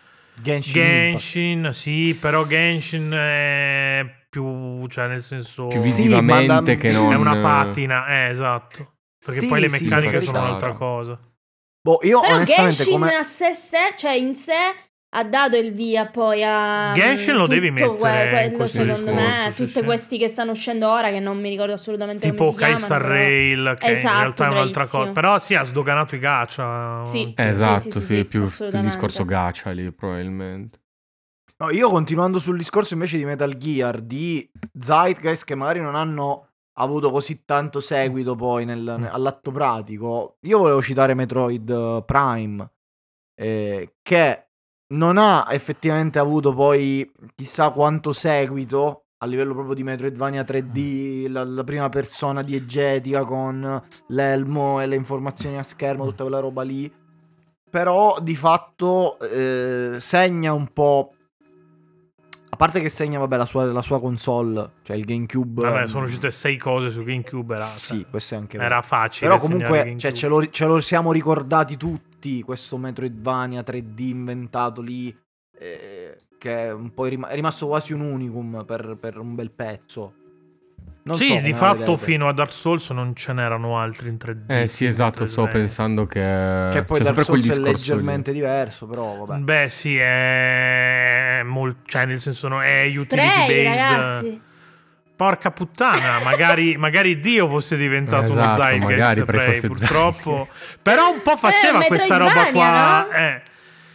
Genshin Sì, però Genshin è più, cioè nel senso... più Sì, visivamente che non... È una patina, esatto. Perché Sì, poi le sì, meccaniche per sono carità. un'altra cosa. Boh, io Però onestamente Genshin come... a sé, cioè in sé, ha dato il via poi a Genshin lo devi tutto mettere in quello, questo secondo me, discorso, sì, tutte sì. questi che stanno uscendo ora, che non mi ricordo assolutamente Tipo come si chiamano. Kaisar però- Rail, che Esatto, in realtà è un'altra bravissimo. cosa. Però sì, ha sdoganato i gacha. Sì. Esatto, sì, più il assolutamente. discorso gacha lì, probabilmente. No, io continuando sul discorso invece di Metal Gear, di Zeitgeist che magari non hanno avuto così tanto seguito poi all'atto pratico, io volevo citare Metroid Prime, che non ha effettivamente avuto poi chissà quanto seguito a livello proprio di Metroidvania 3D, la prima persona diegetica con l'elmo e le informazioni a schermo, tutta quella roba lì, però di fatto segna un po'. A parte che segna, vabbè, la sua console, cioè il GameCube. Vabbè, sono uscite 6 cose su GameCube. Sì, questo è anche era vero. facile. Però segnare comunque cioè, GameCube. ce lo siamo ricordati tutti, questo Metroidvania 3D inventato lì, che è un po' è rimasto quasi un unicum per un bel pezzo. Non so sì, come di la fatto vedete. fino a Dark Souls non ce n'erano altri in 3D. Sì, esatto, sto pensando che... Che poi c'è Dark sempre quel Souls è discorso leggermente diverso, però vabbè. Beh, sì, è molto... Cioè, nel senso, è utility Stray, based. ragazzi. Porca puttana, magari Dio fosse diventato uno Esatto, Zeitgeist, magari Prey, fosse purtroppo. Però un po' faceva questa roba Metroidvania, qua. no?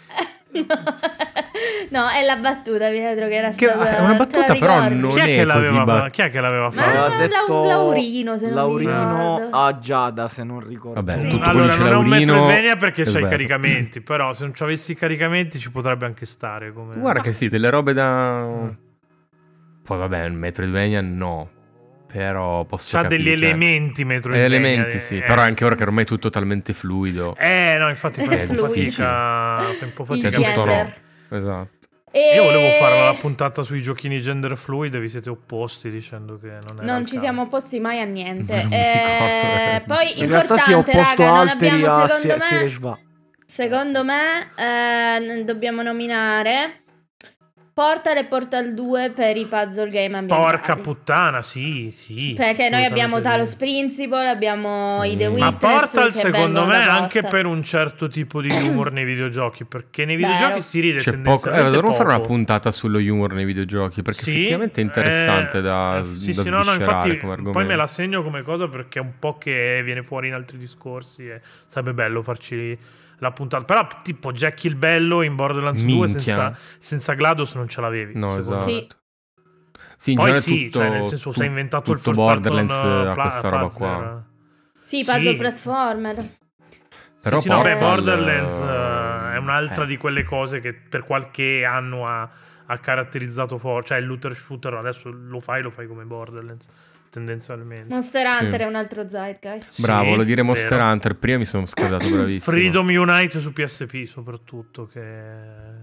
No, è la battuta, Pietro, che era Che stata... è una te la battuta, però ricordi? non Chi è che è l'aveva così fa- Chi è che l'aveva Ma- fatto? Aveva detto Laurino, se non mi Laurino ricordo. a Giada, se non ricordo. Vabbè, Sì. tutto Allora, quello non è un Laurino, Metroidvania perché c'hai i Alberto. caricamenti, però se non ci avessi i caricamenti ci potrebbe anche stare. Come... Guarda che sì, delle robe da... Poi vabbè, il Metroidvania no. Però posso C'ha capire. degli elementi Metroidvania. Elementi sì, però anche ora che ormai è tutto talmente fluido. No, infatti fa un po' Fluido. fatica. Fa un po' fatica. Il Cioè, tutto gender. no. Esatto. Io volevo fare la E... puntata sui giochini gender fluid e vi siete opposti dicendo che non era Non il ci caso. siamo opposti mai a niente. Non mi ricordo. Poi In realtà si è importante, opposto raga, non Alteri abbiamo, a secondo me, Sereshva. secondo me dobbiamo nominare Portal e Portal 2 per i puzzle game ambientali. Porca puttana, sì. Perché noi abbiamo assolutamente Talos sì. Principle, abbiamo Sì. i The Ma Witness Portal che secondo vengono me da anche Portal. per un certo tipo di humor nei videogiochi, perché nei Vero. videogiochi si ride C'è poco. tendenzialmente Dovremmo fare una poco. puntata sullo humor nei videogiochi, perché Sì, effettivamente è interessante da sì, da sì, no, sviscerare infatti come argomento. poi me la segno come cosa perché è un po' che viene fuori in altri discorsi e sarebbe bello farci la puntata. Però tipo Jackie il bello in Borderlands 2 Minchia. senza GLaDOS non ce l'avevi. No, secondo esatto. me. Sì. Sì, in Poi genere sì, tutto, cioè nel senso si è inventato il tutto first Borderlands person, ha questa roba puzzler. qua. Sì, puzzle Sì. platformer. Però sì, no, beh, Portal, Borderlands è un'altra eh. di quelle cose che per qualche anno ha caratterizzato cioè il looter shooter adesso lo fai come Borderlands tendenzialmente. Monster Hunter Sì. è un altro Zeitgeist. Bravo, Sì, lo dire Monster vero. Hunter. Prima mi sono scordato, bravissimo. Freedom Unite su PSP soprattutto che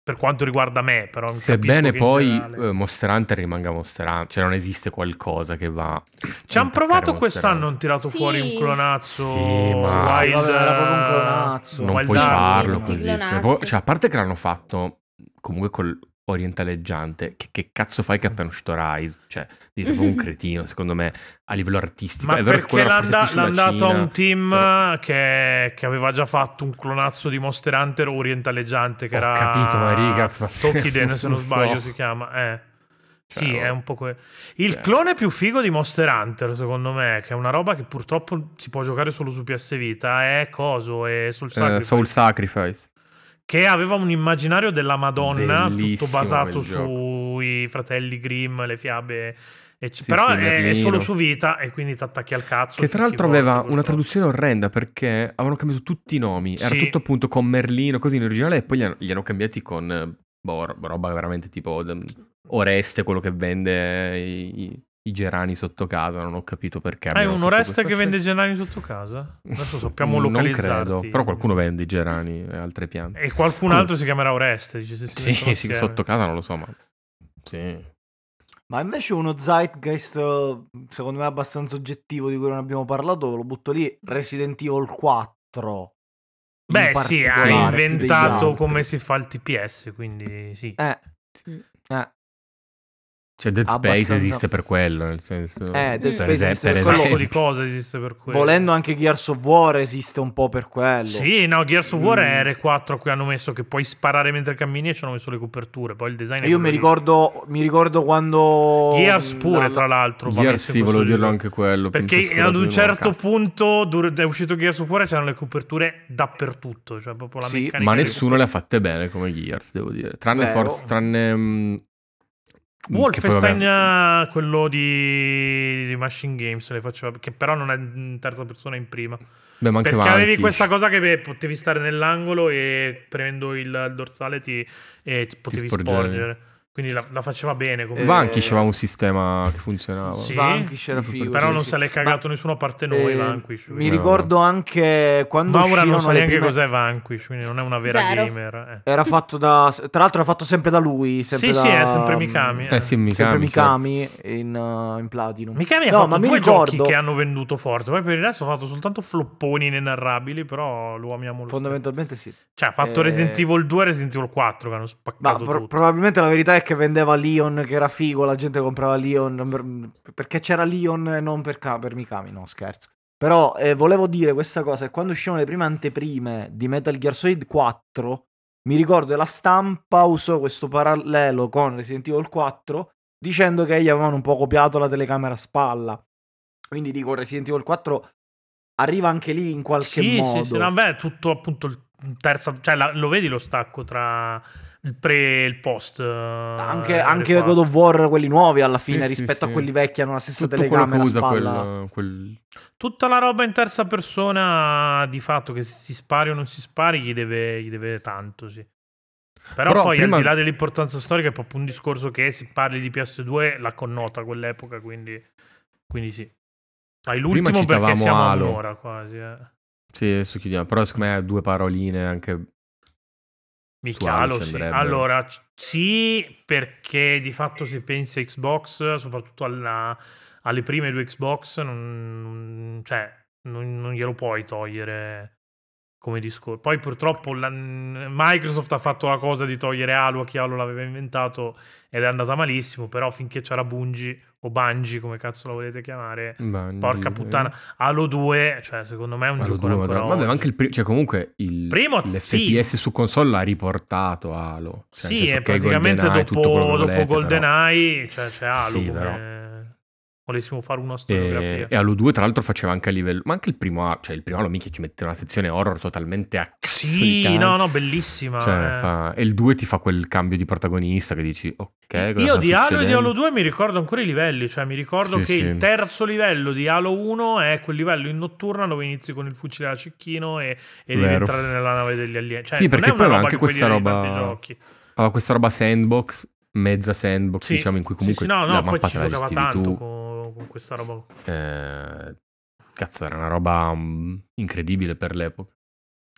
per quanto riguarda me, però sebbene poi generale... Monster Hunter rimanga Monster Hunter, cioè non esiste qualcosa che va. Ci hanno provato quest'anno, hanno tirato Sì. fuori un clonazzo. Sì, ma Wild, vabbè, era proprio un clonazzo. non Wild puoi Arts. farlo tutti così. clonazzi. Cioè, a parte che l'hanno fatto comunque col orientaleggiante, che cazzo fai che è appena uscito Rise? Cioè, sei proprio un cretino, secondo me, a livello artistico. Ma è vero che perché quello era forse più l'ha sulla dato a Cina, un team però- che aveva già fatto un clonazzo di Monster Hunter orientaleggiante, che Ho era capito, ma Rigaz, ma Tokiden, se non non sbaglio so. si chiama. Cioè, Sì, oh. è un po' il Cioè. clone più figo di Monster Hunter, secondo me, che è una roba che purtroppo si può giocare solo su PS Vita, è Soul Sacrifice, Soul Sacrifice. che aveva un immaginario della Madonna, Bellissimo tutto basato quel gioco. sui fratelli Grimm, le fiabe, Sì, però sì, è Merlino. solo su Vita e quindi ti attacchi al cazzo. Che tra tutti l'altro i volte, aveva una purtroppo. traduzione orrenda perché avevano cambiato tutti i nomi. Era Sì. tutto appunto con Merlino, così in originale, e poi li hanno cambiati con roba veramente tipo Oreste, quello che vende i gerani sotto casa. Non ho capito perché. Hai abbiano un fatto Oreste questa che vende scelta. generi sotto casa? Adesso sappiamo Non localizzarti. credo, però qualcuno vende i gerani e altre piante. E qualcun altro si chiamerà Oreste. Dice, se si Sì, mettono sì, assieme. sotto casa non lo so, ma sì. Ma invece uno zeitgeist, secondo me abbastanza oggettivo, di cui non abbiamo parlato, lo butto lì, Resident Evil 4. Beh, sì, ha particolare, più inventato degli altri. come si fa il TPS, quindi sì. Cioè Dead Space Abbastanza. esiste per quello, nel senso... Dead per Space esiste Un per sacco quello. di cose esiste per quello. Volendo anche Gears of War esiste un po' per quello. Sì, no, Gears of War è R4 a cui hanno messo che puoi sparare mentre cammini e ci hanno messo le coperture. Poi il design E è io mi ricordo quando... Gears pure, tra l'altro. va Gears messo in sì, volevo questo dirlo gioco. anche quello. Perché ad un certo punto è uscito Gears of War e c'erano le coperture dappertutto. Cioè proprio la Sì, meccanica. Ma di- nessuno le ha fatte bene come Gears, devo dire. Tranne Vero. forse... Tranne... Wolfenstein, quello di Machine Games, le faceva, che però non è in terza persona, è in prima. Beh, ma anche Perché avevi Vanquish. questa cosa che potevi stare nell'angolo e premendo il dorsale ti potevi sporgere. Quindi la faceva bene. Comunque. Vanquish aveva un sistema che funzionava. Sì, Vanquish era figo. però sì, non sì. se l'è cagato Ma, nessuno a parte noi, eh, Vanquish. Mi No. ricordo anche quando Maura non uscirono sa le neanche prime- cos'è Vanquish, quindi non è una vera Zero. gamer. Era fatto da... Tra l'altro era fatto sempre da lui. Sempre Sì, da, sì, è sempre Mikami. Sì, Sempre Mikami, Mikami in Platinum. Mikami ha No, fatto ma mi due ricordo... giochi che hanno venduto forte, poi per il resto ha fatto soltanto flopponi inenarrabili, però lo amiamo lo stesso. Fondamentalmente sì. Cioè ha fatto Resident Evil 2 e Resident Evil 4 che hanno Ma spaccato tutto. probabilmente la verità è che vendeva Leon, che era figo, la gente comprava Leon perché c'era Leon e non per Mikami, no scherzo. Però volevo dire questa cosa, che quando uscivano le prime anteprime di Metal Gear Solid 4, mi ricordo che la stampa usò questo parallelo con Resident Evil 4 dicendo che gli avevano un po' copiato la telecamera a spalla. Quindi dico, Resident Evil 4 arriva anche lì in qualche modo. Sì, vabbè, tutto appunto il terzo, cioè lo vedi lo stacco tra il pre e il post. Anche God of War, quelli nuovi alla fine, Sì, rispetto sì. a quelli vecchi, hanno la stessa Tutto quello che telecamera a usa spalla. Tutta la roba in terza persona di fatto che si spari o non si spari gli deve tanto, sì. Però poi prima- al di là dell'importanza storica è proprio un discorso che si parli di PS2 la connota quell'epoca, quindi sì. Fai l'ultimo perché citavamo siamo a Halo. un'ora quasi. Sì, adesso chiudiamo. Però secondo me due paroline anche... Micchialo, ci sì. andrebbero. Allora, sì, perché di fatto se pensi a Xbox, soprattutto alle prime due Xbox, non glielo puoi togliere come discorso. Poi purtroppo Microsoft ha fatto la cosa di togliere Halo a chi Halo l'aveva inventato ed è andata malissimo, però finché c'era Bungie o Bungie, come cazzo la volete chiamare, Bungie, porca puttana, Halo 2, cioè secondo me è un Halo gioco 2, ancora Madonna. Vabbè, oggi. anche cioè comunque Primo, l'FPS sì. su console l'ha riportato Halo. Cioè, nel Sì, senso, è ok, praticamente GoldenEye, tutto quello che dopo volete, GoldenEye c'è Halo, Sì, come però. volessimo fare una storiografia. E Halo 2 tra l'altro faceva anche a livello... Ma anche il primo Halo mica ci mette una sezione horror totalmente a cazzo di Sì, cane. no, bellissima. Cioè, e il 2 ti fa quel cambio di protagonista che dici, ok, cosa Io sta di Halo e di succedendo? Halo 2 mi ricordo ancora i livelli, cioè mi ricordo Sì, che sì. il terzo livello di Halo 1 è quel livello in notturna dove inizi con il fucile a cecchino e devi Vero. entrare nella nave degli alieni. Cioè, Sì, non perché è una poi aveva roba anche che puoi questa dire di roba... tanti giochi. Aveva questa roba sandbox, mezza sandbox, Sì. diciamo, in cui comunque sì, no, la poi mappa ci te la giocava gestivi tanto tu. con questa roba. Cazzo, era una roba incredibile per l'epoca.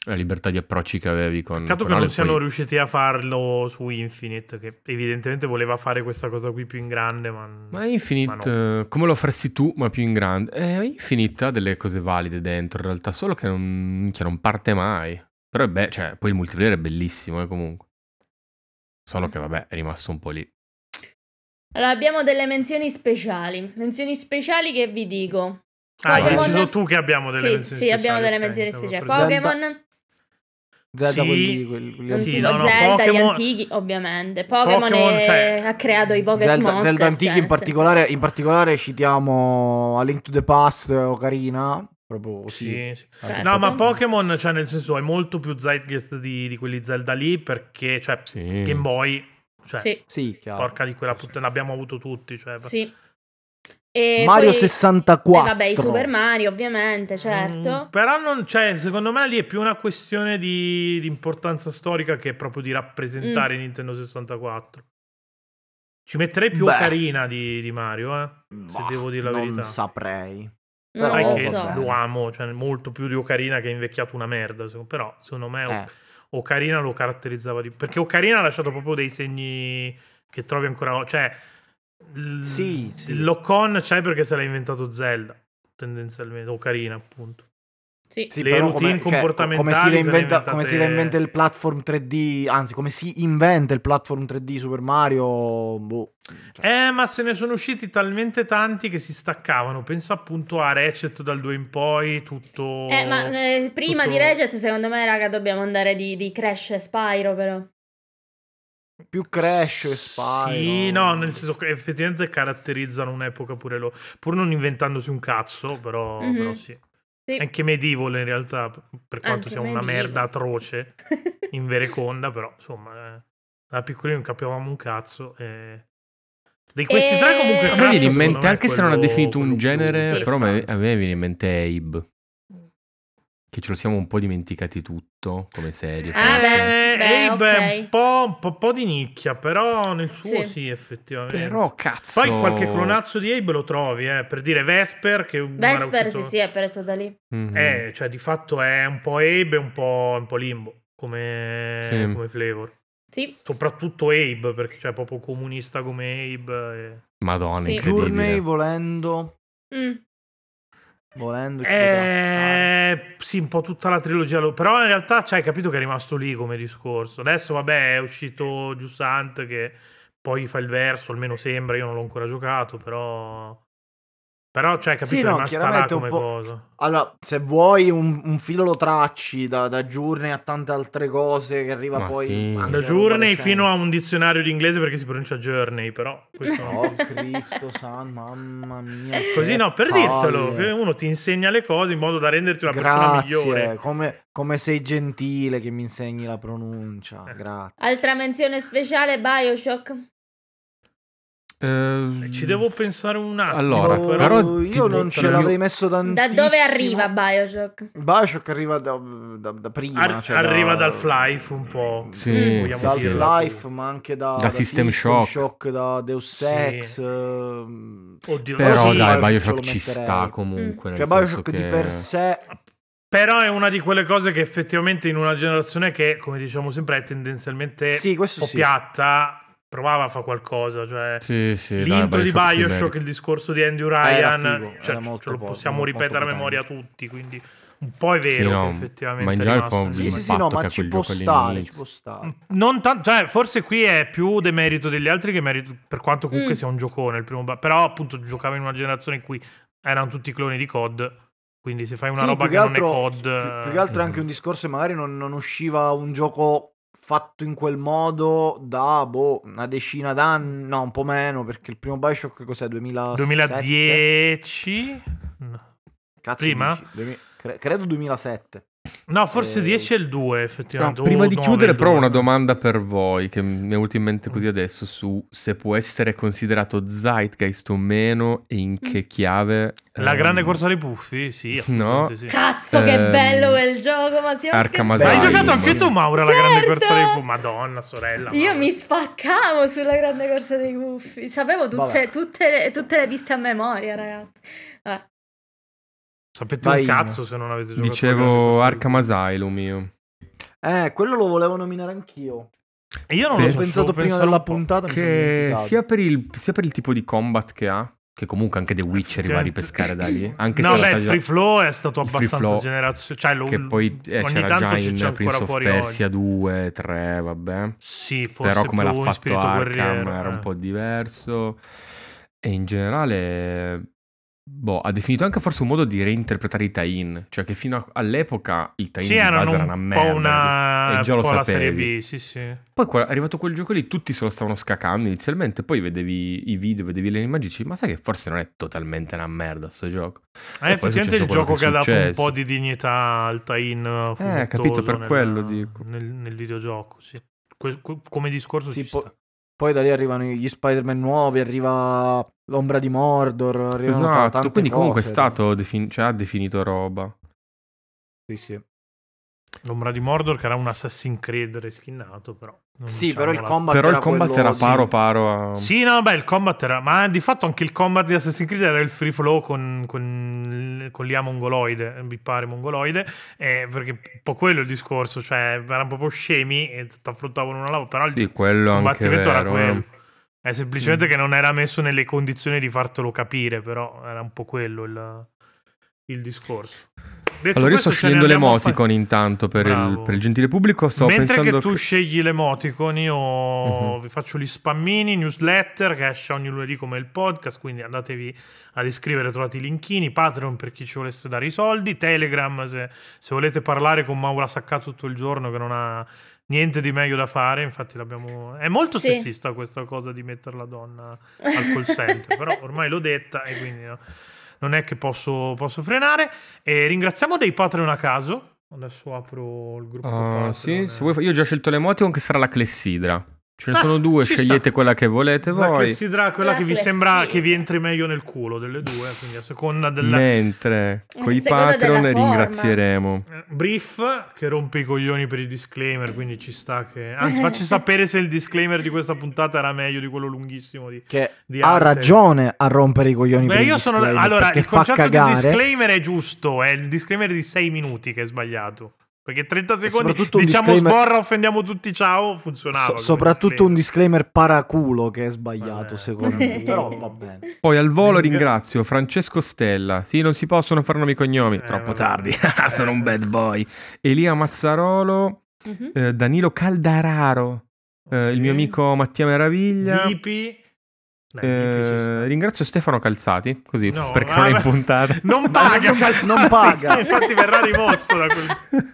la libertà di approcci che avevi con Peccato che Ale, non siano poi- riusciti a farlo su Infinite, che evidentemente voleva fare questa cosa qui più in grande, Ma Infinite, ma no. come lo faresti tu, ma più in grande? Infinite ha delle cose valide dentro, in realtà, solo che non parte mai. Però cioè, poi il multiplayer è bellissimo, comunque. Solo che, vabbè, è rimasto un po' lì. Allora, abbiamo delle menzioni speciali. Menzioni speciali che vi dico. Hai Pokémon- deciso tu che abbiamo delle Sì, menzioni sì, speciali. abbiamo delle ok, menzioni stavo speciali. per- Pokémon, Zelda, Sì. quelli non Sì, si- no, no, Zelda, gli Pokémon- antichi, ovviamente. Pokémon, Pokémon, cioè- ha creato i Pocket Zelda, Monsters. Zelda antichi, cioè, in nel senso- particolare citiamo A Link to the Past, Ocarina, proprio così. Sì. Certo. No, ma Pokémon, cioè, nel senso, è molto più zeitgeist di quelli Zelda lì, perché, cioè, Sì. Game Boy, cioè, Sì, Sì, chiaro. porca di quella puttana, l'abbiamo avuto tutti, cioè. sì. E Mario poi- 64. vabbè, i Super Mario, ovviamente, certo. Però non, cioè, secondo me lì è più una questione di importanza storica che proprio di rappresentare Nintendo 64. Ci metterei più Beh. Ocarina di Mario, se Bah, devo dire la verità. Non saprei. Non Sai Però, che vabbè. lo amo, cioè molto più di Ocarina che è invecchiato una merda, però secondo me Eh. Ocarina lo caratterizzava di perché Ocarina ha lasciato proprio dei segni che trovi ancora, cioè Sì. il lock-on c'è perché se l'ha inventato Zelda, tendenzialmente, Ocarina appunto. Sì. Sì, Le però routine comportamentali come si se le reinventa, inventate- come si reinventa il platform 3D, anzi come si inventa il platform 3D Super Mario, boh. Cioè, Ma se ne sono usciti talmente tanti che si staccavano. Pensa appunto a Ratchet dal 2 in poi, tutto... Ma prima tutto- di Ratchet, secondo me, raga, dobbiamo andare di Crash e Spyro, però. più Crash e Spyro. Sì, no, nel senso che effettivamente caratterizzano un'epoca pure loro. Pur non inventandosi un cazzo, però, Mhm. però sì. Sì. Anche Medieval in realtà, per quanto Anche sia una Medieval. merda atroce, in vereconda, però insomma, da piccolino non capivamo un cazzo. Di questi tre comunque A me Crash, viene in secondo mente, me, anche se non ha quello- definito un quello più genere, Sì. però interessante. a me viene in mente Abe. Che ce lo siamo un po' dimenticati tutto come serie. Ah, beh, Abe è ok. un po' di nicchia, però nel suo Sì. sì, effettivamente. Però cazzo. Poi qualche clonazzo di Abe lo trovi, per dire Vesper, che non era Vesper, uscito- sì, è preso da lì. Mhm. cioè di fatto è un po' Abe e un po' Limbo, come Sì. flavor. Sì. Soprattutto Abe, perché c'è proprio comunista come Abe. Madonna, Sì. incredibile. Journey volendo Mm. ci poteva stare. Sì, un po' tutta la trilogia. Però in realtà cioè, hai capito che è rimasto lì come discorso. Adesso, vabbè, è uscito Giussant che poi fa il verso, almeno sembra. Io non l'ho ancora giocato, però cioè, hai capito, Sì, è no, rimasta là chiaramente un come po'. cosa. Allora, se vuoi un filo lo tracci da Journey a tante altre cose che arriva Ma poi sì. anche Da nella Journey recente. fino a un dizionario di inglese perché si pronuncia Journey, però questo non- Oh Cristo san, mamma mia. Così che no, per palle. dirtelo, che uno ti insegna le cose in modo da renderti una persona migliore. Grazie, come sei gentile che mi insegni la pronuncia. Grazie. Altra menzione speciale, BioShock. Ci devo pensare un attimo. Allora, Oh, però io non ce l'avrei messo Da tantissimo. dove arriva BioShock? Bioshock arriva da prima. cioè arriva da- dal Half-Life un po'. Sì, vogliamo da dirla Half-Life, così. ma anche da System Shock. da Deus Sì. Ex. Oddio, Però sì, dai, Bioshock Bioshock ce ci lo sta metterei. comunque. nel Cioè senso Bioshock di che- per sé. Però è una di quelle cose che effettivamente in una generazione che, come diciamo sempre, è tendenzialmente Sì, un questo po' sì. piatta, provava a fare qualcosa. Cioè, Sì, sì, dai, l'intro di si Bioshock, merita. il discorso di Andrew Era Ryan, figo, cioè, era molto ce lo po- possiamo molto ripetere a potente. memoria tutti, quindi un po' è vero Sì, no, che effettivamente ma in è generale rimasto poi- Sì, lì. sì, il sì, no, fatto ma che ci quel può gioco stare, all'inizio- ci può stare. Non tanto, cioè, forse qui è più demerito degli altri che merito, per quanto comunque Mm. sia un giocone il primo, però appunto giocava in una generazione in cui erano tutti cloni di COD, quindi se fai una Sì, roba più che non è altro- COD, più che altro è anche un discorso, magari non usciva un gioco fatto in quel modo da una decina d'anni, no, un po' meno, perché il primo Bioshock cos'è? 2007? 2010? No. Cazzo Prima? dici? Credo 2007. No, forse 10 Eh, è il 2 effettivamente. No, prima o di 9 chiudere, il però, 2. una domanda per voi che mi è venuta in mente così adesso su se può essere considerato zeitgeist o meno e in che chiave. La grande corsa dei puffi? Sì, No. assolutamente sì. Cazzo, che bello quel gioco, ma stiamo Arkham Hai scherzando? Asylum. giocato anche tu, Maura, la Certo! grande corsa dei puffi? Madonna, sorella. Io Maura. mi spaccavo sulla grande corsa dei puffi. Sapevo Vabbè. tutte le piste a memoria, ragazzi. Sapete Vai, un cazzo se non avete giocato. Dicevo Arkham Asylum io. Quello lo volevo nominare anch'io. E io non Beh, lo Ho so, pensato ci devo prima pensare della un po'. puntata. mi sono Che dimenticato. sia per il tipo di combat che ha, che comunque anche The Witcher va a ripescare da lì. Anche No, se in beh, realtà il già- free flow è stato il free abbastanza flow, generazionale. Cioè, che poi ogni c'era tanto già c'è in ancora Prince of fuori Persia 2, 3, vabbè. Sì, forse Però come l'ha più in fatto spirito Arkham guerriero, era un po' diverso. E in generale, ha definito anche forse un modo di reinterpretare i tie-in. Cioè che fino all'epoca i tie-in Sì, di base erano erano una un po' merda. E già un lo po' la serie sapevi. B, sì. Poi è arrivato quel gioco lì, tutti se lo stavano scacando inizialmente, poi vedevi i video, vedevi le immagini, dici, ma sai che forse non è totalmente una merda sto gioco. È E poi è effettivamente il successo quello gioco che ha dato un successo. po' di dignità al tie-in fumettoso capito, per quello dico. nel videogioco, sì. Come discorso Sì, ci sta. poi da lì arrivano gli Spider-Man nuovi, arriva l'Ombra di Mordor, arrivano Esatto, tante quindi comunque è cose. stato ha definito roba. Sì. L'Ombra di Mordor che era un Assassin's Creed reskinnato, però. Non Sì, diciamo però il la- combat Però era il combat quello- era paro a... Sì, no, beh, il combat era... Ma di fatto anche il combat di Assassin's Creed era il free flow con l'IA mongoloide, mi pare mongoloide, perché un po' quello è il discorso, cioè erano proprio scemi e ti affrontavano uno alla volta, però Sì, il quello anche combattimento era vero. quello. È semplicemente che non era messo nelle condizioni di fartelo capire, però era un po' quello il discorso. Detto Allora io questo, sto ce ne scegliendo andiamo a l'emoticon intanto per Bravo. il gentile pubblico. Stavo Mentre pensando che tu scegli l'emoticon, io vi faccio gli spammini, newsletter che esce ogni lunedì come il podcast, quindi andatevi ad iscrivere, trovate i linkini, Patreon per chi ci volesse dare i soldi, Telegram se volete parlare con Maura Saccato tutto il giorno che non ha niente di meglio da fare, infatti è molto Sì. sessista questa cosa di mettere la donna al call center, però ormai l'ho detta e quindi no, non è che posso frenare. E ringraziamo dei Patreon a caso. Adesso apro il gruppo Patreon. sì, se vuoi, io ho già scelto l'emoticon che sarà la clessidra. Ce ne sono due, ci scegliete sta. quella che volete La voi. clessidra, quella La che vi sembra clessidra. che vi entri meglio nel culo delle due, quindi a seconda della Mentre con i seconda della Patreon forma. ringrazieremo. Brief che rompe i coglioni per i disclaimer, quindi ci sta che... Anzi, facci sapere se il disclaimer di questa puntata era meglio di quello lunghissimo Che di ha Arte. ragione a rompere i coglioni Beh, per io il sono... disclaimer, Allora, perché il fa concetto di cagare. disclaimer è giusto, è il disclaimer di 6 minuti che è sbagliato. Perché 30 secondi soprattutto un diciamo disclaimer- sborra, offendiamo tutti, ciao, funzionava. come Soprattutto un disclaimer. disclaimer paraculo che è sbagliato, Vabbè. secondo me. Però va bene. Poi al volo ringrazio Francesco Stella. Sì, non si possono fare nomi e cognomi. Troppo vabbè. tardi. Sono un bad boy. Elia Mazzarolo. Mhm. Danilo Caldararo. Il mio amico Mattia Meraviglia. Dipi. Dai, Dipi ci sta. Ringrazio Stefano Calzati, così No, perché non è in vabbè. puntata. Non paga, non Calzati. non paga. Infatti verrà rimosso da quel...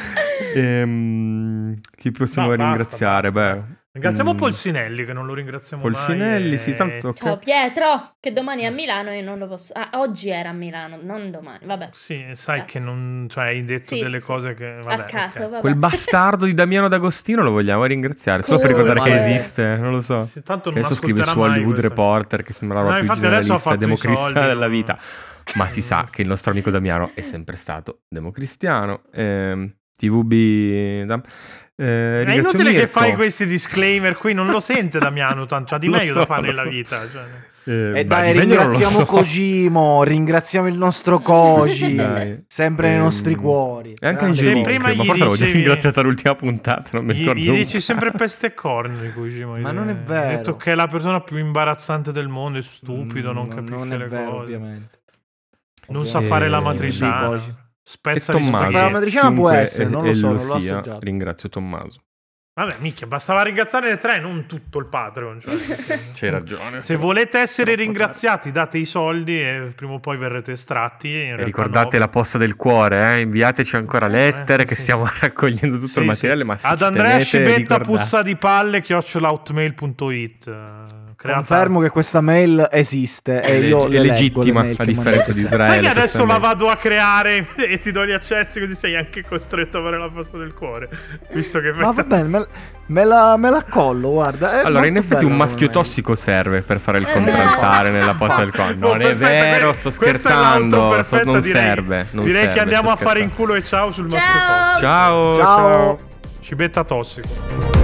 Chi possiamo No, basta, ringraziare? basta. Beh, Ringraziamo Polsinelli che non lo ringraziamo Polsinelli, mai. sì, tanto che- Ciao Pietro, che domani è a Milano e non lo posso... Ah, oggi era a Milano, non domani, vabbè. Sì, sai Grazie. che non... Cioè, hai detto Sì, delle sì, cose che... Vabbè, a caso, ok. vabbè. quel bastardo di Damiano D'Agostino lo vogliamo ringraziare. Solo per ricordare che Come? esiste, non lo so. Sì, tanto Che non adesso scrive su ascolterà mai Hollywood questa- Reporter che sembra la No, roba più infatti adesso ha generalista fatto i democristiana soldi, della no? vita. Ma si sa che il nostro amico Damiano è sempre stato democristiano. TVB... È ringrazio inutile che Mirko. fai questi disclaimer qui, non lo sente Damiano tanto, ha di Lo meglio so, da fare lo nella so. vita. Cioè. E Beh, dai, di meglio non lo ringraziamo so. Kojimo, ringraziamo il nostro Koji, Dai. sempre nei nostri cuori. E anche Grande Angelique, prima ma gli forse l'avevo già dicevi- ringraziata l'ultima puntata, non mi ricordo. Gli dici sempre peste e corno di Kojima. Ma non è Hai vero. detto che è la persona più imbarazzante del mondo, è stupido, non capisce non è le vero, cose. ovviamente. Non sa Ovviamente. fare la Sì, matriciana. Koji. E Spezza gli Tommaso, Fare la spaghetti. matriciana può chiunque essere, non lo so, non l'ho sia, assaggiato. ringrazio Tommaso. Vabbè, minchia, bastava ringraziare le tre, non tutto il Patreon. Cioè, C'hai ragione. se volete essere Troppo ringraziati, date i soldi e prima o poi verrete estratti. In realtà Ricordate no. la posta del cuore, inviateci ancora lettere che sì. stiamo raccogliendo tutto Sì, il materiale, sì. ma se ad ci Andrea tenete, Scibetta ricordate. puzza di palle @hotmail.it. Confermo che questa mail esiste e io è le leggo legittima, le mail a che differenza di Israele. Sai che adesso questa la mail. vado a creare e ti do gli accessi così sei anche costretto a avere la posta del cuore. Visto che Ma va bene, me la collo, guarda. è Allora, in molto effetti un bella maschio come mail. tossico serve per fare il contraltare nella posta del cuore. Non è vero, sto scherzando, non serve. Non direi serve, che andiamo sto a fare in scherzando. culo e ciao sul maschio Ciao. tossico. Ciao, Ciao. ciao. Scibetta tossico.